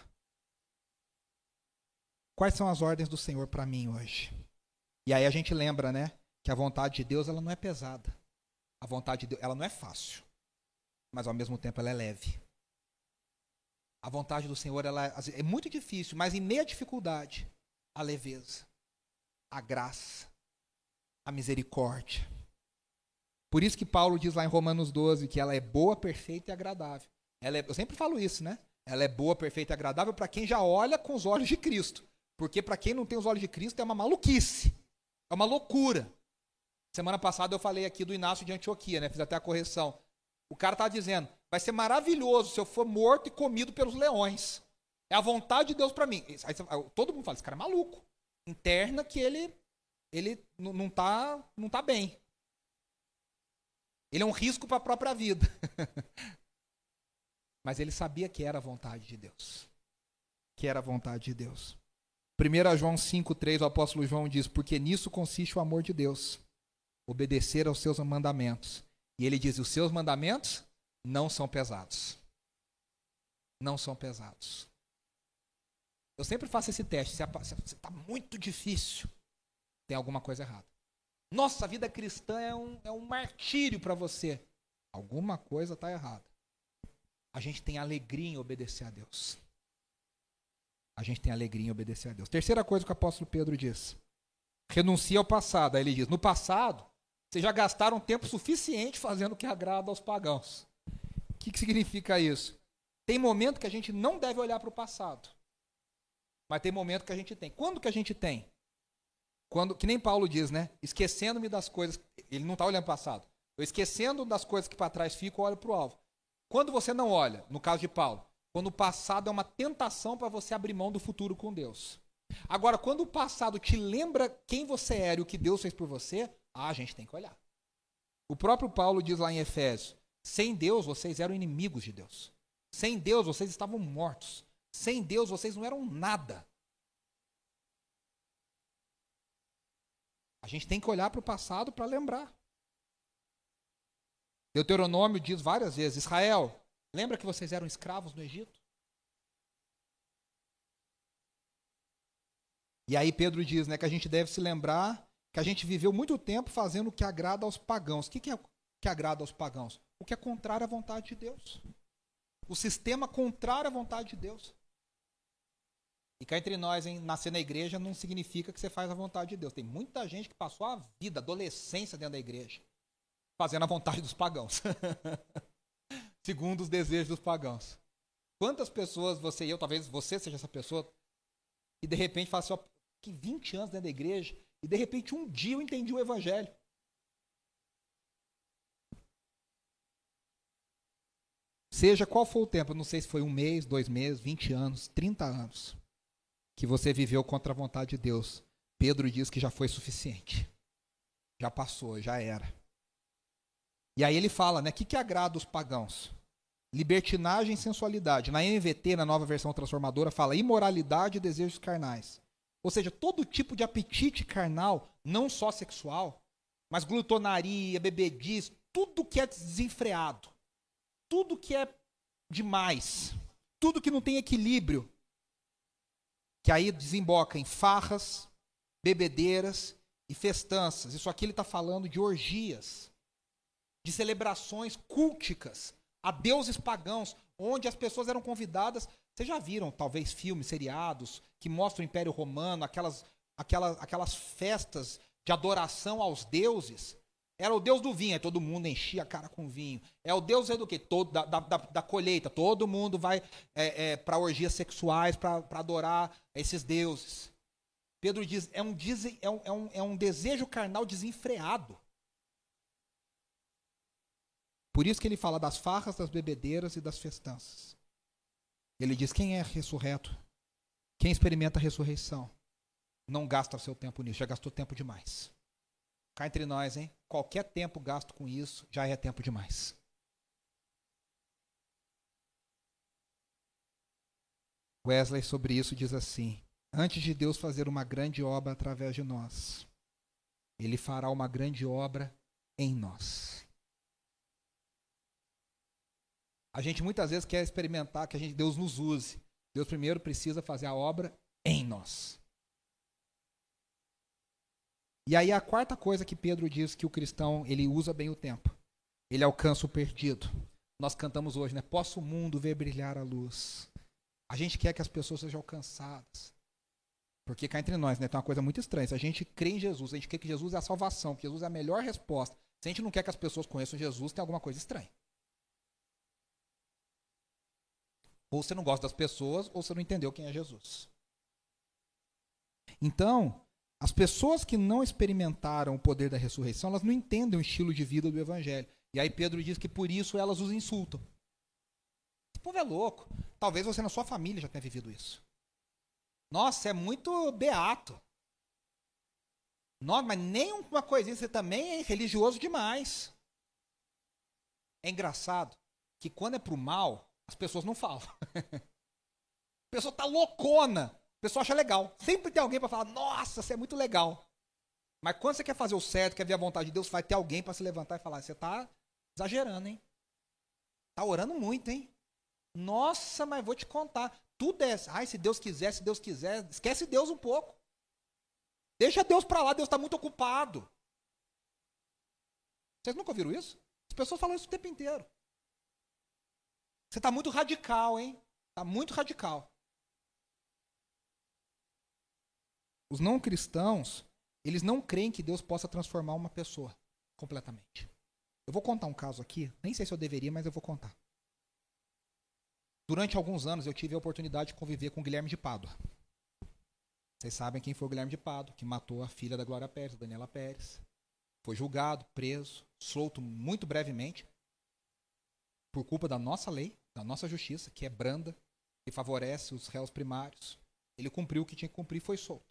Quais são as ordens do Senhor para mim hoje? E aí a gente lembra, né, que a vontade de Deus, ela não é pesada. A vontade de Deus, ela não é fácil. Mas ao mesmo tempo ela é leve. A vontade do Senhor, ela é muito difícil, mas em meio à dificuldade, a leveza, a graça, a misericórdia. Por isso que Paulo diz lá em Romanos doze que ela é boa, perfeita e agradável. Ela é, eu sempre falo isso, né? Ela é boa, perfeita e agradável para quem já olha com os olhos de Cristo. Porque para quem não tem os olhos de Cristo é uma maluquice, é uma loucura. Semana passada eu falei aqui do Inácio de Antioquia, né? Fiz até a correção. O cara estava dizendo: vai ser maravilhoso se eu for morto e comido pelos leões. É a vontade de Deus para mim. Aí, todo mundo fala: esse cara é maluco. Interna que ele, ele não está não tá bem. Ele é um risco para a própria vida. Mas ele sabia que era a vontade de Deus. Que era a vontade de Deus. primeiro João cinco, três, o apóstolo João diz: porque nisso consiste o amor de Deus, obedecer aos seus mandamentos. E ele diz: os seus mandamentos não são pesados. Não são pesados. Eu sempre faço esse teste. Se está muito difícil, tem alguma coisa errada. Nossa, a vida cristã é um, é um martírio para você. Alguma coisa está errada. A gente tem alegria em obedecer a Deus. A gente tem alegria em obedecer a Deus. Terceira coisa que o apóstolo Pedro diz: renuncia ao passado. Aí ele diz: no passado, vocês já gastaram tempo suficiente fazendo o que agrada aos pagãos. O que, que significa isso? Tem momento que a gente não deve olhar para o passado. Mas tem momento que a gente tem. Quando que a gente tem? Quando, que nem Paulo diz, né? Esquecendo-me das coisas. Ele não está olhando para o passado. Eu esquecendo das coisas que para trás ficam, eu olho para o alvo. Quando você não olha, no caso de Paulo, quando o passado é uma tentação para você abrir mão do futuro com Deus. Agora, quando o passado te lembra quem você era e o que Deus fez por você, ah, a gente tem que olhar. O próprio Paulo diz lá em Efésios, sem Deus vocês eram inimigos de Deus. Sem Deus vocês estavam mortos. Sem Deus vocês não eram nada. A gente tem que olhar para o passado para lembrar. Deuteronômio diz várias vezes, Israel, lembra que vocês eram escravos no Egito? E aí Pedro diz, né, que a gente deve se lembrar que a gente viveu muito tempo fazendo o que agrada aos pagãos. O que, que é o que agrada aos pagãos? O que é contrário à vontade de Deus. O sistema contrário à vontade de Deus. E cá entre nós, hein, nascer na igreja não significa que você faz a vontade de Deus. Tem muita gente que passou a vida, a adolescência dentro da igreja, fazendo a vontade dos pagãos. Segundo os desejos dos pagãos. Quantas pessoas, você e eu, talvez você seja essa pessoa, e de repente fala assim, ó, que vinte anos dentro da igreja, e de repente um dia eu entendi o evangelho. Seja qual for o tempo, não sei se foi um mês, dois meses, vinte anos, trinta anos, que você viveu contra a vontade de Deus. Pedro diz que já foi suficiente. Já passou, já era. E aí ele fala, né, o que, que agrada os pagãos? Libertinagem e sensualidade. Na N V T, na nova versão transformadora, fala imoralidade e desejos carnais. Ou seja, todo tipo de apetite carnal, não só sexual, mas glutonaria, bebedice, tudo que é desenfreado. Tudo que é demais. Tudo que não tem equilíbrio. Que aí desemboca em farras, bebedeiras e festanças. Isso aqui ele está falando de orgias. De celebrações culticas a deuses pagãos, onde as pessoas eram convidadas. Vocês já viram, talvez, filmes, seriados, que mostram o Império Romano, aquelas, aquelas, aquelas festas de adoração aos deuses? Era o deus do vinho, aí todo mundo enchia a cara com vinho. É o deus do quê? Todo, da, da, da colheita, todo mundo vai é, é, para orgias sexuais, para adorar esses deuses. Pedro diz, é um, é, um, é, um, é um desejo carnal desenfreado. Por isso que ele fala das farras, das bebedeiras e das festanças. Ele diz, quem é ressurreto, quem experimenta a ressurreição, não gasta seu tempo nisso, já gastou tempo demais. Cá entre nós, hein? Qualquer tempo gasto com isso já é tempo demais. Wesley sobre isso diz assim, antes de Deus fazer uma grande obra através de nós, Ele fará uma grande obra em nós. A gente muitas vezes quer experimentar que a gente, Deus nos use. Deus primeiro precisa fazer a obra em nós. E aí a quarta coisa que Pedro diz que o cristão, ele usa bem o tempo. Ele alcança o perdido. Nós cantamos hoje, né? Posso o mundo ver brilhar a luz. A gente quer que as pessoas sejam alcançadas. Porque cá entre nós, né, tem uma coisa muito estranha. Se a gente crê em Jesus, a gente quer que Jesus é a salvação, que Jesus é a melhor resposta. Se a gente não quer que as pessoas conheçam Jesus, tem alguma coisa estranha. Ou você não gosta das pessoas, ou você não entendeu quem é Jesus. Então, as pessoas que não experimentaram o poder da ressurreição, elas não entendem o estilo de vida do evangelho. E aí Pedro diz que por isso elas os insultam. Esse povo é louco. Talvez você na sua família já tenha vivido isso. Nossa, é muito beato. Nossa, mas nem uma coisinha, você também é religioso demais. É engraçado que quando é pro mal, as pessoas não falam. A pessoa tá loucona. A pessoa acha legal. Sempre tem alguém para falar, nossa, você é muito legal. Mas quando você quer fazer o certo, quer ver a vontade de Deus, vai ter alguém para se levantar e falar, você tá exagerando, hein? Tá orando muito, hein? Nossa, mas vou te contar. Tudo é, ai, se Deus quiser, se Deus quiser. Esquece Deus um pouco. Deixa Deus para lá, Deus está muito ocupado. Vocês nunca ouviram isso? As pessoas falam isso o tempo inteiro. Você está muito radical, hein? Está muito radical. Os não cristãos, eles não creem que Deus possa transformar uma pessoa completamente. Eu vou contar um caso aqui, nem sei se eu deveria, mas eu vou contar. Durante alguns anos eu tive a oportunidade de conviver com o Guilherme de Pádua. Vocês sabem quem foi o Guilherme de Pádua, que matou a filha da Glória Pérez, a Daniela Pérez. Foi julgado, preso, solto muito brevemente, por culpa da nossa lei, da nossa justiça, que é branda, que favorece os réus primários. Ele cumpriu o que tinha que cumprir e foi solto.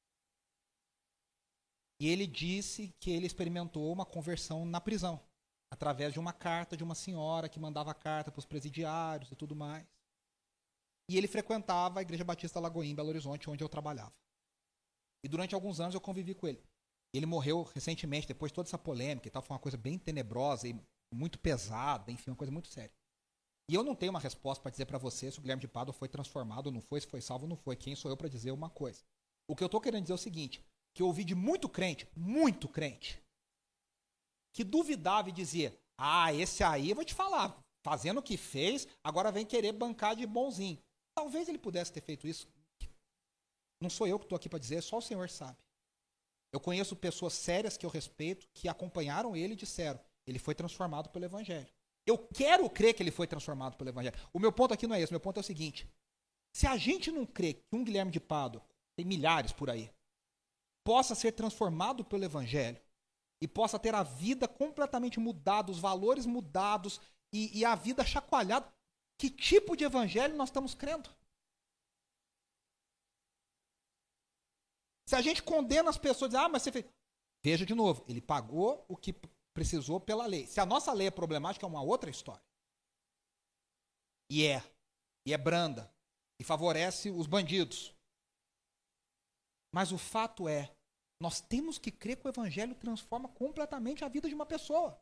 E ele disse que ele experimentou uma conversão na prisão, através de uma carta de uma senhora que mandava carta para os presidiários e tudo mais. E ele frequentava a Igreja Batista Lagoinha, em Belo Horizonte, onde eu trabalhava. E durante alguns anos eu convivi com ele. Ele morreu recentemente, depois de toda essa polêmica e tal, foi uma coisa bem tenebrosa e muito pesada, enfim, uma coisa muito séria. E eu não tenho uma resposta para dizer para você se o Guilherme de Pádua foi transformado ou não foi, se foi salvo ou não foi. Quem sou eu para dizer uma coisa? O que eu estou querendo dizer é o seguinte, que eu ouvi de muito crente, muito crente, que duvidava e dizia, ah, esse aí, eu vou te falar, fazendo o que fez, agora vem querer bancar de bonzinho. Talvez ele pudesse ter feito isso. Não sou eu que estou aqui para dizer, só o Senhor sabe. Eu conheço pessoas sérias que eu respeito, que acompanharam ele e disseram, ele foi transformado pelo Evangelho. Eu quero crer que ele foi transformado pelo Evangelho. O meu ponto aqui não é esse, o meu ponto é o seguinte, se a gente não crê que um Guilherme de Pádua, tem milhares por aí, possa ser transformado pelo Evangelho e possa ter a vida completamente mudada, os valores mudados e, e a vida chacoalhada, que tipo de Evangelho nós estamos crendo? Se a gente condena as pessoas, diz, ah, mas você fez... Veja de novo, ele pagou o que precisou pela lei. Se a nossa lei é problemática, é uma outra história. E é. E é branda. E favorece os bandidos. Mas o fato é, nós temos que crer que o Evangelho transforma completamente a vida de uma pessoa.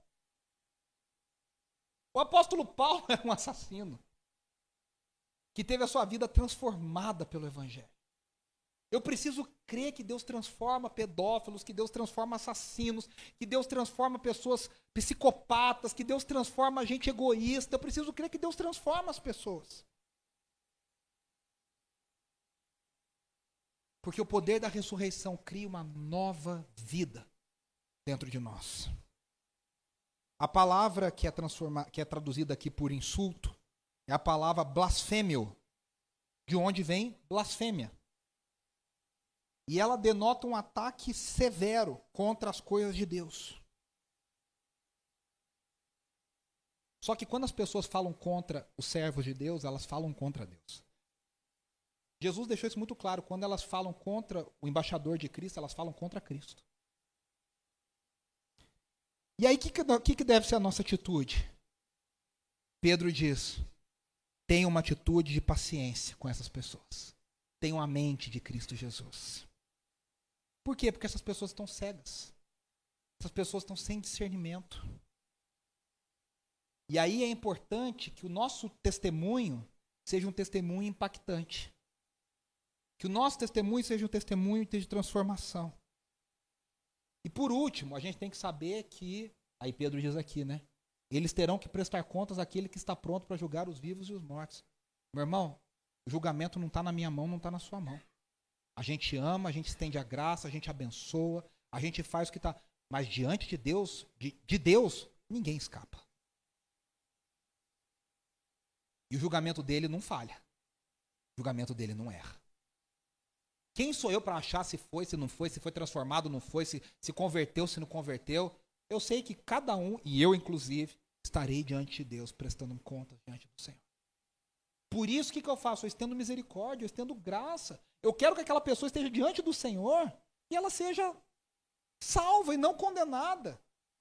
O apóstolo Paulo era um assassino que teve a sua vida transformada pelo Evangelho. Eu preciso crer que Deus transforma pedófilos, que Deus transforma assassinos, que Deus transforma pessoas psicopatas, que Deus transforma gente egoísta. Eu preciso crer que Deus transforma as pessoas. Porque o poder da ressurreição cria uma nova vida dentro de nós. A palavra que é, transforma, que é traduzida aqui por insulto é a palavra blasfêmio, de onde vem blasfêmia. E ela denota um ataque severo contra as coisas de Deus. Só que quando as pessoas falam contra os servos de Deus, elas falam contra Deus. Jesus deixou isso muito claro. Quando elas falam contra o embaixador de Cristo, elas falam contra Cristo. E aí, o que, que, que deve ser a nossa atitude? Pedro diz, tenha uma atitude de paciência com essas pessoas. Tenham a mente de Cristo Jesus. Por quê? Porque essas pessoas estão cegas. Essas pessoas estão sem discernimento. E aí é importante que o nosso testemunho seja um testemunho impactante. Que o nosso testemunho seja um testemunho de transformação. E por último, a gente tem que saber que, aí Pedro diz aqui, né? Eles terão que prestar contas àquele que está pronto para julgar os vivos e os mortos. Meu irmão, o julgamento não está na minha mão, não está na sua mão. A gente ama, a gente estende a graça, a gente abençoa, a gente faz o que está... Mas diante de Deus, de, de Deus, ninguém escapa. E o julgamento dele não falha. O julgamento dele não erra. Quem sou eu para achar se foi, se não foi, se foi transformado, não foi, se, se converteu, se não converteu? Eu sei que cada um, e eu inclusive, estarei diante de Deus, prestando contas diante do Senhor. Por isso, o que, que eu faço? Eu estendo misericórdia, eu estendo graça. Eu quero que aquela pessoa esteja diante do Senhor e ela seja salva e não condenada.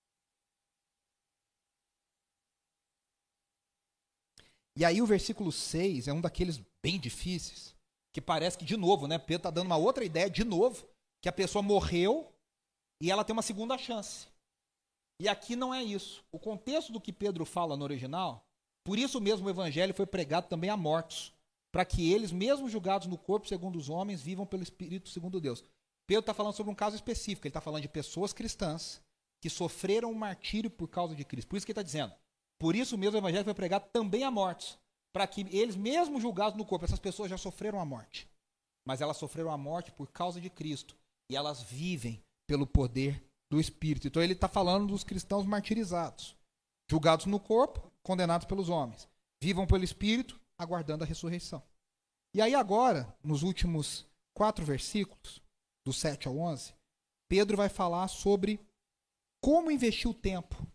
E aí o versículo seis é um daqueles bem difíceis, que parece que, de novo, né, Pedro está dando uma outra ideia, de novo, que a pessoa morreu e ela tem uma segunda chance. E aqui não é isso. O contexto do que Pedro fala no original, por isso mesmo o evangelho foi pregado também a mortos, para que eles, mesmo julgados no corpo segundo os homens, vivam pelo Espírito segundo Deus. Pedro está falando sobre um caso específico, ele está falando de pessoas cristãs que sofreram um martírio por causa de Cristo. Por isso que ele está dizendo, por isso mesmo o evangelho foi pregado também a mortos, para que eles, mesmo julgados no corpo, essas pessoas já sofreram a morte, mas elas sofreram a morte por causa de Cristo, e elas vivem pelo poder do Espírito. Então ele está falando dos cristãos martirizados, julgados no corpo, condenados pelos homens. Vivam pelo Espírito, aguardando a ressurreição. E aí agora, nos últimos quatro versículos, do sete ao onze, Pedro vai falar sobre como investir o tempo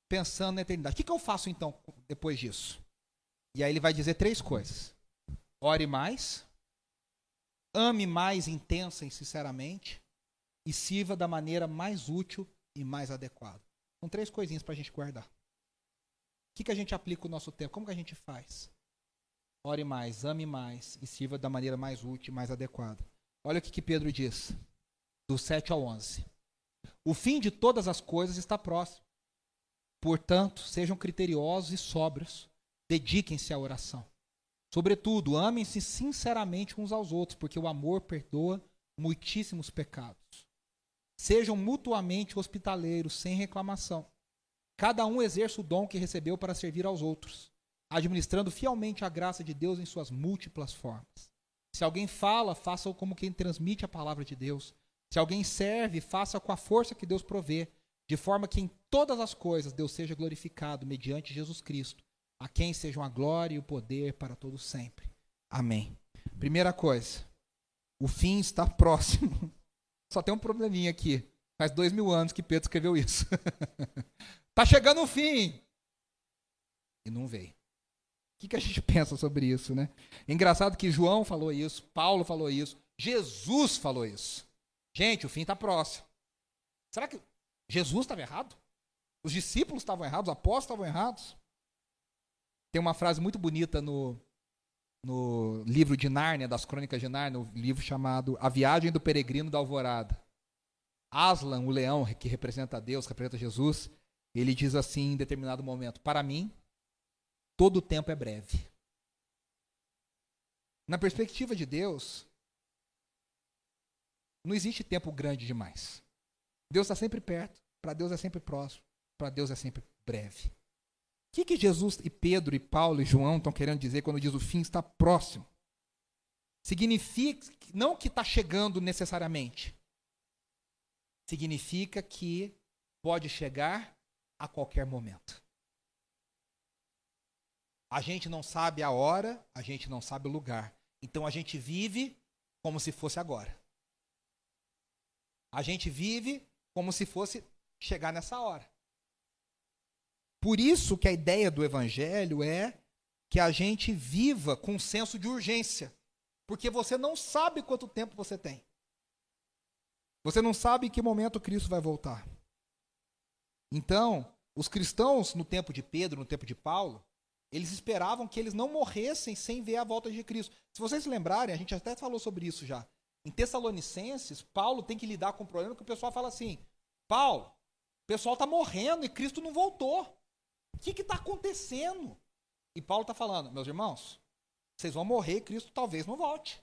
pensando na eternidade. O que, que eu faço então depois disso? E aí ele vai dizer três coisas. Ore mais, ame mais intensa e sinceramente, e sirva da maneira mais útil e mais adequada. São três coisinhas para a gente guardar. O que, que a gente aplica o nosso tempo? Como que a gente faz? Ore mais, ame mais e sirva da maneira mais útil e mais adequada. Olha o que, que Pedro diz, do sete ao onze. O fim de todas as coisas está próximo. Portanto, sejam criteriosos e sóbrios. Dediquem-se à oração. Sobretudo, amem-se sinceramente uns aos outros, porque o amor perdoa muitíssimos pecados. Sejam mutuamente hospitaleiros, sem reclamação. Cada um exerça o dom que recebeu para servir aos outros, administrando fielmente a graça de Deus em suas múltiplas formas. Se alguém fala, faça-o como quem transmite a palavra de Deus. Se alguém serve, faça com a força que Deus provê, de forma que em todas as coisas Deus seja glorificado mediante Jesus Cristo, a quem sejam a glória e o poder para todos sempre. Amém. Primeira coisa, o fim está próximo. Só tem um probleminha aqui. Faz dois mil anos que Pedro escreveu isso. Está chegando o fim. E não veio. O que, que a gente pensa sobre isso, né? Engraçado que João falou isso, Paulo falou isso, Jesus falou isso. Gente, o fim está próximo. Será que Jesus estava errado? Os discípulos estavam errados? Os apóstolos estavam errados? Tem uma frase muito bonita no, no livro de Nárnia, das Crônicas de Nárnia, no livro chamado A Viagem do Peregrino da Alvorada. Aslan, o leão que representa Deus, que representa Jesus, ele diz assim em determinado momento: para mim, todo o tempo é breve. Na perspectiva de Deus, não existe tempo grande demais. Deus está sempre perto, para Deus é sempre próximo, para Deus é sempre breve. O que, que Jesus e Pedro e Paulo e João estão querendo dizer quando diz o fim está próximo? Significa, não que está chegando necessariamente, significa que pode chegar a qualquer momento. A gente não sabe a hora, a gente não sabe o lugar. Então a gente vive como se fosse agora. A gente vive como se fosse chegar nessa hora. Por isso que a ideia do evangelho é que a gente viva com um senso de urgência. Porque você não sabe quanto tempo você tem. Você não sabe em que momento Cristo vai voltar. Então, os cristãos no tempo de Pedro, no tempo de Paulo, eles esperavam que eles não morressem sem ver a volta de Cristo. Se vocês se lembrarem, a gente até falou sobre isso já. Em Tessalonicenses, Paulo tem que lidar com o problema que o pessoal fala assim: Paulo, o pessoal está morrendo e Cristo não voltou. O que está acontecendo? E Paulo está falando: meus irmãos, vocês vão morrer e Cristo talvez não volte.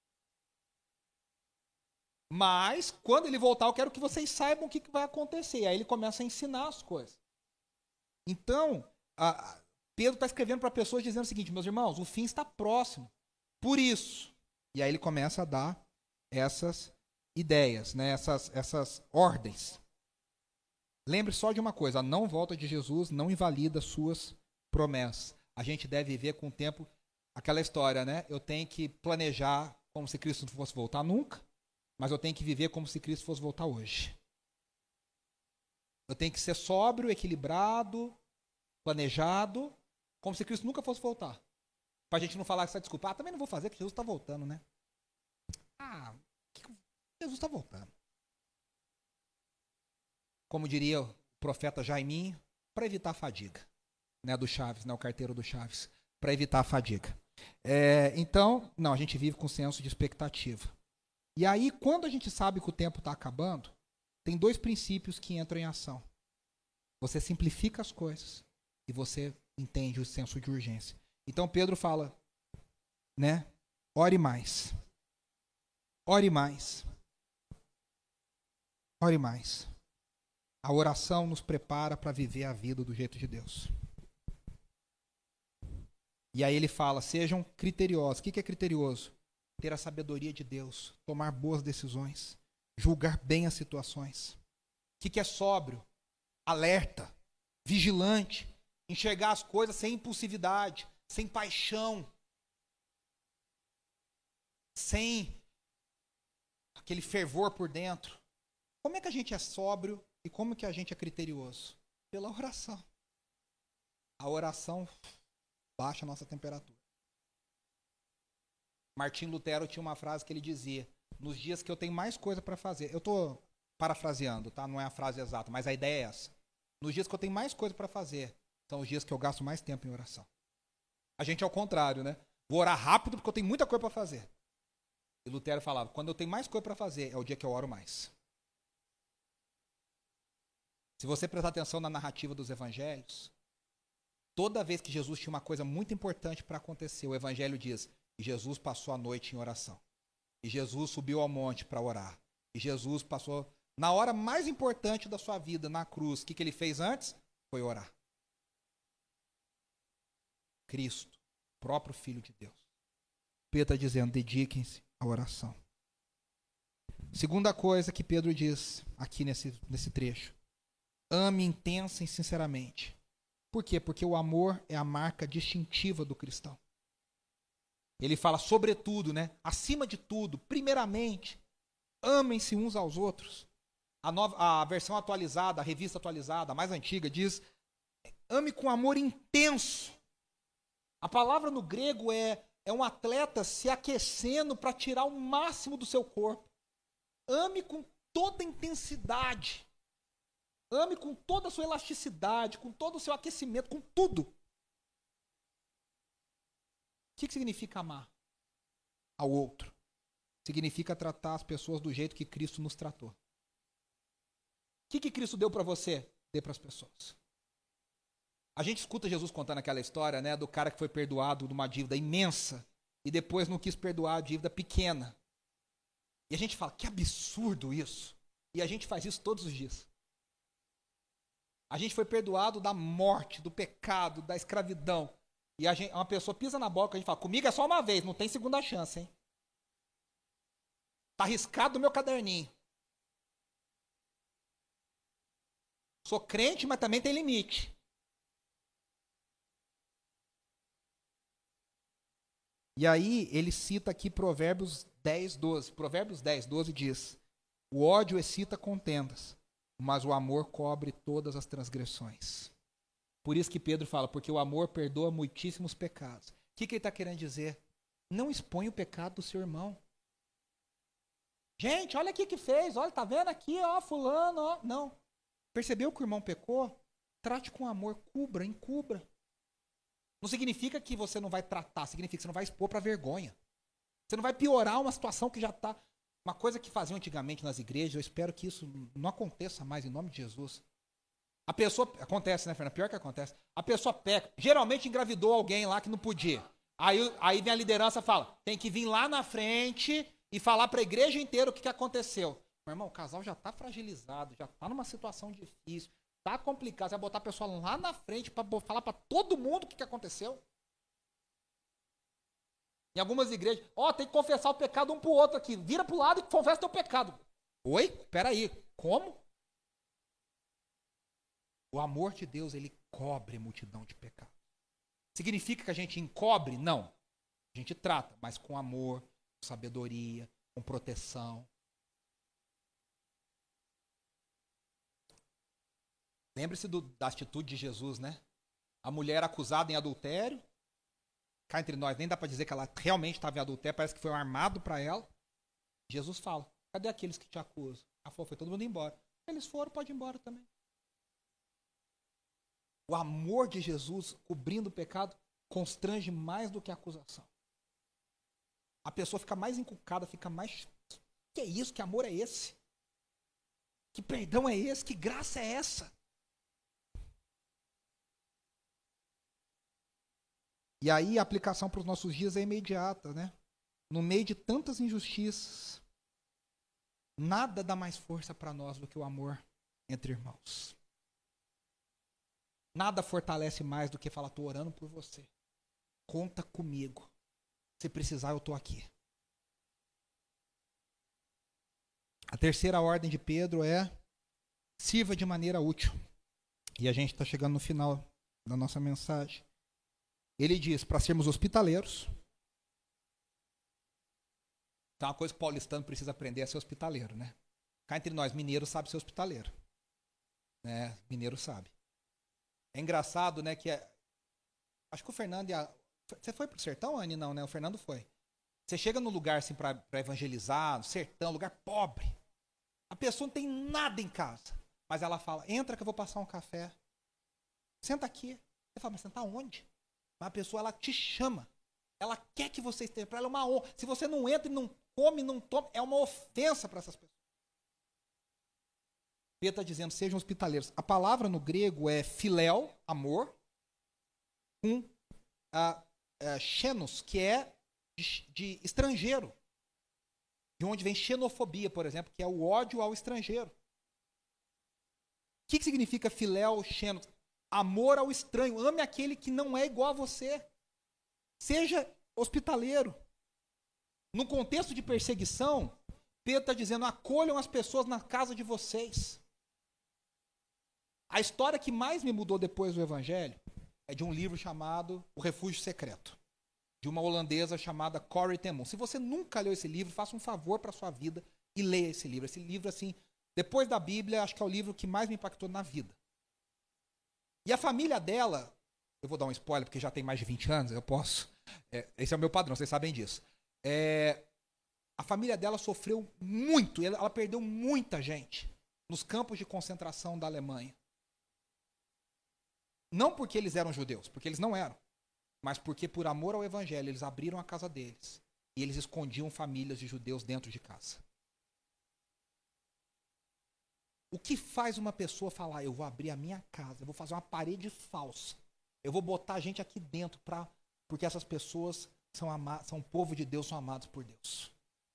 Mas, quando ele voltar, eu quero que vocês saibam o que, que vai acontecer. Aí ele começa a ensinar as coisas. Então, a, a Pedro está escrevendo para pessoas dizendo o seguinte: meus irmãos, o fim está próximo. Por isso. E aí ele começa a dar essas ideias, né, essas, essas ordens. Lembre só de uma coisa: a não volta de Jesus não invalida suas promessas. A gente deve viver com o tempo, aquela história, né? Eu tenho que planejar como se Cristo não fosse voltar nunca, mas eu tenho que viver como se Cristo fosse voltar hoje. Eu tenho que ser sóbrio, equilibrado, planejado, como se Cristo nunca fosse voltar. Para a gente não falar essa desculpa: ah, também não vou fazer, que Jesus está voltando, né? Ah, Jesus está voltando. Como diria o profeta Jaiminho, para evitar a fadiga, né, do Chaves, né, o carteiro do Chaves, para evitar a fadiga. É, então, não, a gente vive com senso de expectativa. E aí, quando a gente sabe que o tempo está acabando, tem dois princípios que entram em ação. Você simplifica as coisas e você entende o senso de urgência. Então, Pedro fala, né, ore mais. Ore mais. Ore mais. A oração nos prepara para viver a vida do jeito de Deus. E aí ele fala: sejam criteriosos. O que é criterioso? Ter a sabedoria de Deus, tomar boas decisões, julgar bem as situações. O que é sóbrio? Alerta, vigilante, enxergar as coisas sem impulsividade, sem paixão, sem aquele fervor por dentro. Como é que a gente é sóbrio e como que a gente é criterioso? Pela oração. A oração baixa a nossa temperatura. Martim Lutero tinha uma frase que ele dizia: nos dias que eu tenho mais coisa para fazer. Eu estou parafraseando, tá? Não é a frase exata, mas a ideia é essa. Nos dias que eu tenho mais coisa para fazer, são os dias que eu gasto mais tempo em oração. A gente é o contrário, né? Vou orar rápido porque eu tenho muita coisa para fazer. E Lutero falava: quando eu tenho mais coisa para fazer, é o dia que eu oro mais. Se você prestar atenção na narrativa dos evangelhos, toda vez que Jesus tinha uma coisa muito importante para acontecer, o evangelho diz: e Jesus passou a noite em oração. E Jesus subiu ao monte para orar. E Jesus passou, na hora mais importante da sua vida, na cruz, o que, que ele fez antes? Foi orar. Cristo, próprio Filho de Deus. Pedro está dizendo: dediquem-se à oração. Segunda coisa que Pedro diz aqui nesse, nesse trecho: ame intensa e sinceramente. Por quê? Porque o amor é a marca distintiva do cristão. Ele fala sobretudo, né? Acima de tudo, primeiramente, amem-se uns aos outros. A, nova, a versão atualizada, a revista atualizada, a mais antiga, diz: ame com amor intenso. A palavra no grego é, é um atleta se aquecendo para tirar o máximo do seu corpo. Ame com toda a intensidade. Ame com toda a sua elasticidade, com todo o seu aquecimento, com tudo. O que, que significa amar ao outro? Significa tratar as pessoas do jeito que Cristo nos tratou. O que, que Cristo deu para você? Dê para as pessoas. A gente escuta Jesus contando aquela história, né, do cara que foi perdoado de uma dívida imensa e depois não quis perdoar a dívida pequena. E a gente fala: que absurdo isso. E a gente faz isso todos os dias. A gente foi perdoado da morte, do pecado, da escravidão. E a gente, uma pessoa pisa na boca e a gente fala: comigo é só uma vez, não tem segunda chance, hein? Tá riscado no meu caderninho. Sou crente, mas também tem limite. E aí ele cita aqui Provérbios dez, doze. Provérbios dez, doze diz: o ódio excita contendas, mas o amor cobre todas as transgressões. Por isso que Pedro fala: porque o amor perdoa muitíssimos pecados. O que, que ele está querendo dizer? Não expõe o pecado do seu irmão. Gente, olha aqui que fez, olha, tá vendo aqui, ó, fulano, ó. Não. Percebeu que o irmão pecou? Trate com amor, cubra, encubra. Não significa que você não vai tratar, significa que você não vai expor para vergonha. Você não vai piorar uma situação que já está... Uma coisa que faziam antigamente nas igrejas, eu espero que isso não aconteça mais em nome de Jesus. A pessoa... Acontece, né, Fernanda? Pior que acontece. A pessoa peca. Geralmente engravidou alguém lá que não podia. Aí, aí vem a liderança e fala: tem que vir lá na frente e falar para a igreja inteira o que, que aconteceu. Meu irmão, o casal já está fragilizado, já está numa situação difícil, está complicado. Você vai botar a pessoa lá na frente para falar para todo mundo o que, que aconteceu. Em algumas igrejas, ó, oh, tem que confessar o pecado um pro outro aqui. Vira pro lado e confessa teu pecado. Oi? Peraí, como? O amor de Deus, ele cobre a multidão de pecados. Significa que a gente encobre? Não. A gente trata, mas com amor, com sabedoria, com proteção. Lembre-se do, da atitude de Jesus, né? A mulher acusada em adultério. Cá entre nós, nem dá para dizer que ela realmente estava em adultério, parece que foi um armado para ela. Jesus fala: cadê aqueles que te acusam? Ah, foi, foi todo mundo embora. Eles foram, pode ir embora também. O amor de Jesus, cobrindo o pecado, constrange mais do que a acusação. A pessoa fica mais encucada, fica mais... Que é isso? Que amor é esse? Que perdão é esse? Que graça é essa? E aí a aplicação para os nossos dias é imediata, né? No meio de tantas injustiças, nada dá mais força para nós do que o amor entre irmãos. Nada fortalece mais do que falar: estou orando por você. Conta comigo. Se precisar, eu estou aqui. A terceira ordem de Pedro é: sirva de maneira útil. E a gente está chegando no final da nossa mensagem. Ele diz para sermos hospitaleiros. Então, uma coisa que o paulistano precisa aprender é ser hospitaleiro, né? Cá entre nós, mineiro sabe ser hospitaleiro. Né? Mineiro sabe. É engraçado, né, que é... Acho que o Fernando e a... Você foi pro sertão, Anne? Não, né? O Fernando foi. Você chega num lugar assim para evangelizar, no sertão, lugar pobre. A pessoa não tem nada em casa. Mas ela fala, entra que eu vou passar um café. Senta aqui. Você fala, mas sentar onde? Mas a pessoa, ela te chama. Ela quer que você esteja. Para ela é uma honra. Se você não entra e não come, não toma, é uma ofensa para essas pessoas. Pedro está dizendo, sejam hospitaleiros. A palavra no grego é filéu, amor, com a, a xenos, que é de, de estrangeiro. De onde vem xenofobia, por exemplo, que é o ódio ao estrangeiro. O que, que significa filéu, xenos? Amor ao estranho. Ame aquele que não é igual a você. Seja hospitaleiro. No contexto de perseguição, Pedro está dizendo, acolham as pessoas na casa de vocês. A história que mais me mudou depois do Evangelho é de um livro chamado O Refúgio Secreto, de uma holandesa chamada Corrie ten Boom. Se você nunca leu esse livro, faça um favor para a sua vida e leia esse livro. Esse livro, assim, depois da Bíblia, acho que é o livro que mais me impactou na vida. E a família dela, eu vou dar um spoiler porque já tem mais de vinte anos, eu posso. É, esse é o meu padrão, vocês sabem disso. É, a família dela sofreu muito, ela, ela perdeu muita gente nos campos de concentração da Alemanha. Não porque eles eram judeus, porque eles não eram, mas porque por amor ao evangelho eles abriram a casa deles e eles escondiam famílias de judeus dentro de casa. O que faz uma pessoa falar, eu vou abrir a minha casa, eu vou fazer uma parede falsa, eu vou botar a gente aqui dentro pra, porque essas pessoas são, ama- são povo de Deus, são amados por Deus.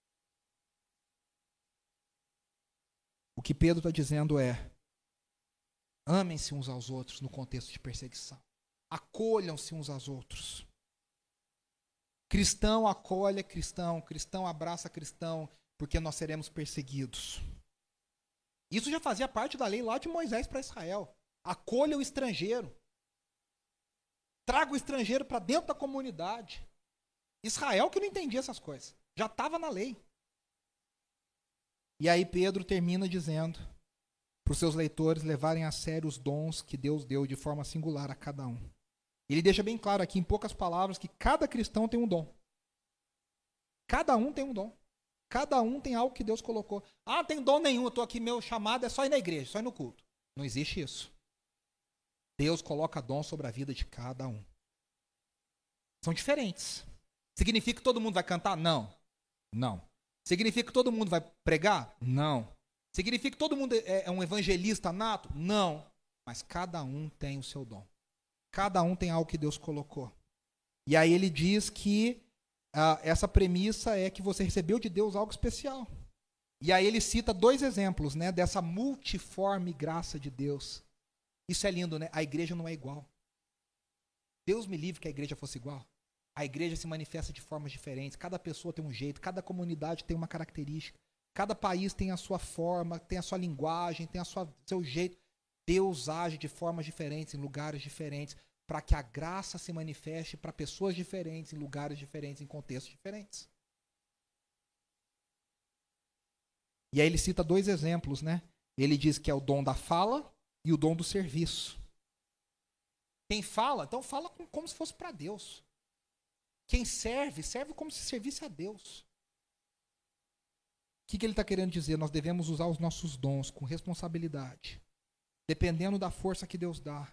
O que Pedro está dizendo é, amem-se uns aos outros no contexto de perseguição. Acolham-se uns aos outros. Cristão acolhe cristão, cristão abraça cristão, porque nós seremos perseguidos. Isso já fazia parte da lei lá de Moisés para Israel. Acolha o estrangeiro. Traga o estrangeiro para dentro da comunidade. Israel que não entendia essas coisas. Já estava na lei. E aí Pedro termina dizendo para os seus leitores levarem a sério os dons que Deus deu de forma singular a cada um. Ele deixa bem claro aqui, em poucas palavras, que cada cristão tem um dom. Cada um tem um dom. Cada um tem algo que Deus colocou. Ah, não tem dom nenhum, eu estou aqui, meu chamado é só ir na igreja, só ir no culto. Não existe isso. Deus coloca dom sobre a vida de cada um. São diferentes. Significa que todo mundo vai cantar? Não. Não. Significa que todo mundo vai pregar? Não. Significa que todo mundo é um evangelista nato? Não. Mas cada um tem o seu dom. Cada um tem algo que Deus colocou. E aí ele diz que ah, essa premissa é que você recebeu de Deus algo especial. E aí ele cita dois exemplos, né, dessa multiforme graça de Deus. Isso é lindo, né? A igreja não é igual. Deus me livre que a igreja fosse igual. A igreja se manifesta de formas diferentes. Cada pessoa tem um jeito, cada comunidade tem uma característica. Cada país tem a sua forma, tem a sua linguagem, tem a sua seu jeito. Deus age de formas diferentes, em lugares diferentes, para que a graça se manifeste para pessoas diferentes, em lugares diferentes, em contextos diferentes. E aí ele cita dois exemplos, né? Ele diz que é o dom da fala e o dom do serviço. Quem fala, então fala como se fosse para Deus. Quem serve, serve como se servisse a Deus. O que, que ele está querendo dizer? Nós devemos usar os nossos dons com responsabilidade, dependendo da força que Deus dá,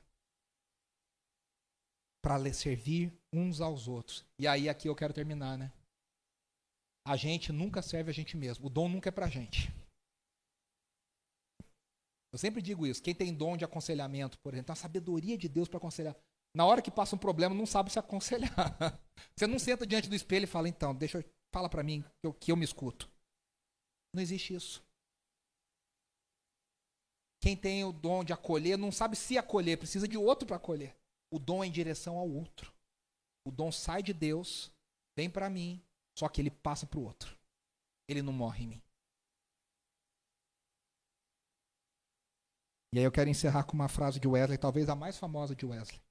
para servir uns aos outros. E aí aqui eu quero terminar, né? A gente nunca serve a gente mesmo. O dom nunca é para a gente. Eu sempre digo isso. Quem tem dom de aconselhamento, por exemplo, a sabedoria de Deus para aconselhar. Na hora que passa um problema, não sabe se aconselhar. Você não senta diante do espelho e fala, então, deixa eu, fala para mim que eu, que eu me escuto. Não existe isso. Quem tem o dom de acolher não sabe se acolher, precisa de outro para acolher. O dom é em direção ao outro. O dom sai de Deus, vem para mim, só que ele passa para o outro. Ele não morre em mim. E aí eu quero encerrar com uma frase de Wesley, talvez a mais famosa de Wesley.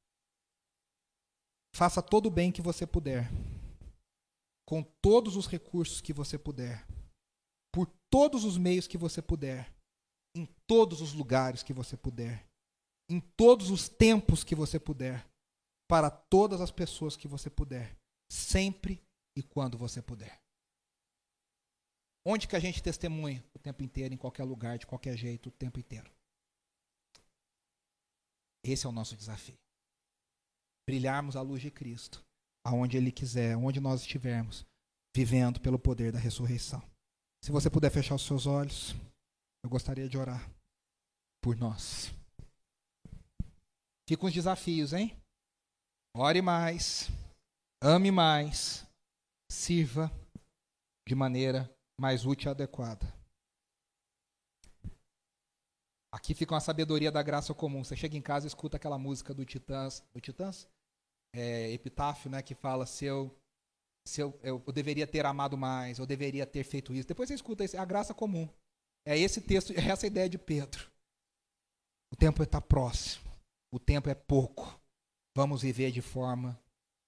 Faça todo o bem que você puder, com todos os recursos que você puder, por todos os meios que você puder, em todos os lugares que você puder. em todos os tempos que você puder, para todas as pessoas que você puder, sempre e quando você puder. Onde que a gente testemunha? O tempo inteiro, em qualquer lugar, de qualquer jeito, o tempo inteiro. Esse é o nosso desafio. Brilharmos a luz de Cristo, aonde Ele quiser, onde nós estivermos, vivendo pelo poder da ressurreição. Se você puder fechar os seus olhos, eu gostaria de orar por nós. Ficam os desafios, hein? Ore mais, ame mais, sirva de maneira mais útil e adequada. Aqui fica uma sabedoria da graça comum. Você chega em casa e escuta aquela música do Titãs, do Titãs? É, Epitáfio, né, que fala se eu, se eu, eu, eu deveria ter amado mais, eu deveria ter feito isso. Depois você escuta isso, é a graça comum. É esse texto, é essa ideia de Pedro. O tempo está próximo, o tempo é pouco. Vamos viver de forma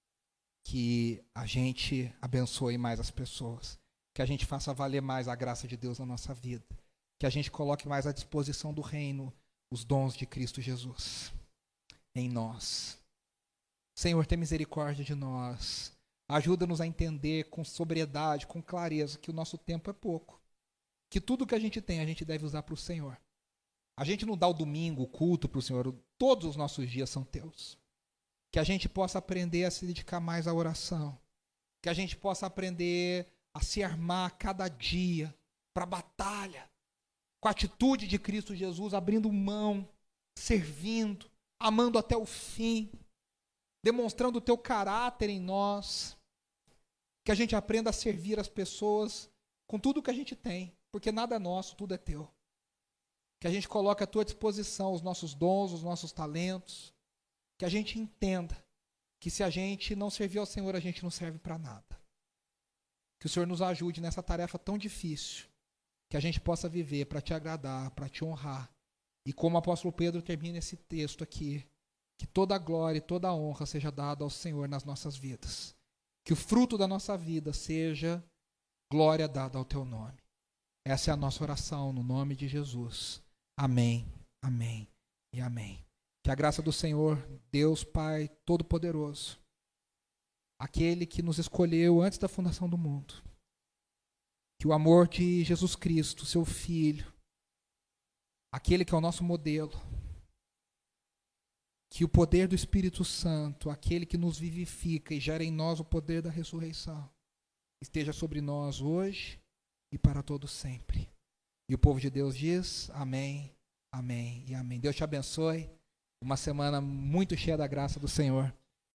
que a gente abençoe mais as pessoas, que a gente faça valer mais a graça de Deus na nossa vida, que a gente coloque mais à disposição do reino os dons de Cristo Jesus em nós. Senhor, tenha misericórdia de nós. Ajuda-nos a entender com sobriedade, com clareza, que o nosso tempo é pouco. Que tudo que a gente tem, a gente deve usar para o Senhor. A gente não dá o domingo, o culto para o Senhor. Todos os nossos dias são teus. Que a gente possa aprender a se dedicar mais à oração. Que a gente possa aprender a se armar cada dia para a batalha. Com a atitude de Cristo Jesus, abrindo mão, servindo, amando até o fim. Demonstrando o teu caráter em nós. Que a gente aprenda a servir as pessoas com tudo que a gente tem. Porque nada é nosso, tudo é teu. Que a gente coloque à tua disposição os nossos dons, os nossos talentos. Que a gente entenda que se a gente não servir ao Senhor, a gente não serve para nada. Que o Senhor nos ajude nessa tarefa tão difícil. Que a gente possa viver para te agradar, para te honrar. E como o apóstolo Pedro termina esse texto aqui, que toda a glória e toda a honra seja dada ao Senhor nas nossas vidas. Que o fruto da nossa vida seja glória dada ao teu nome. Essa é a nossa oração no nome de Jesus. Amém, amém e amém. Que a graça do Senhor, Deus Pai Todo-Poderoso, aquele que nos escolheu antes da fundação do mundo, que o amor de Jesus Cristo, seu Filho, aquele que é o nosso modelo, que o poder do Espírito Santo, aquele que nos vivifica e gera em nós o poder da ressurreição, esteja sobre nós hoje e para todo sempre. E o povo de Deus diz amém, amém e amém. Deus te abençoe. Uma semana muito cheia da graça do Senhor.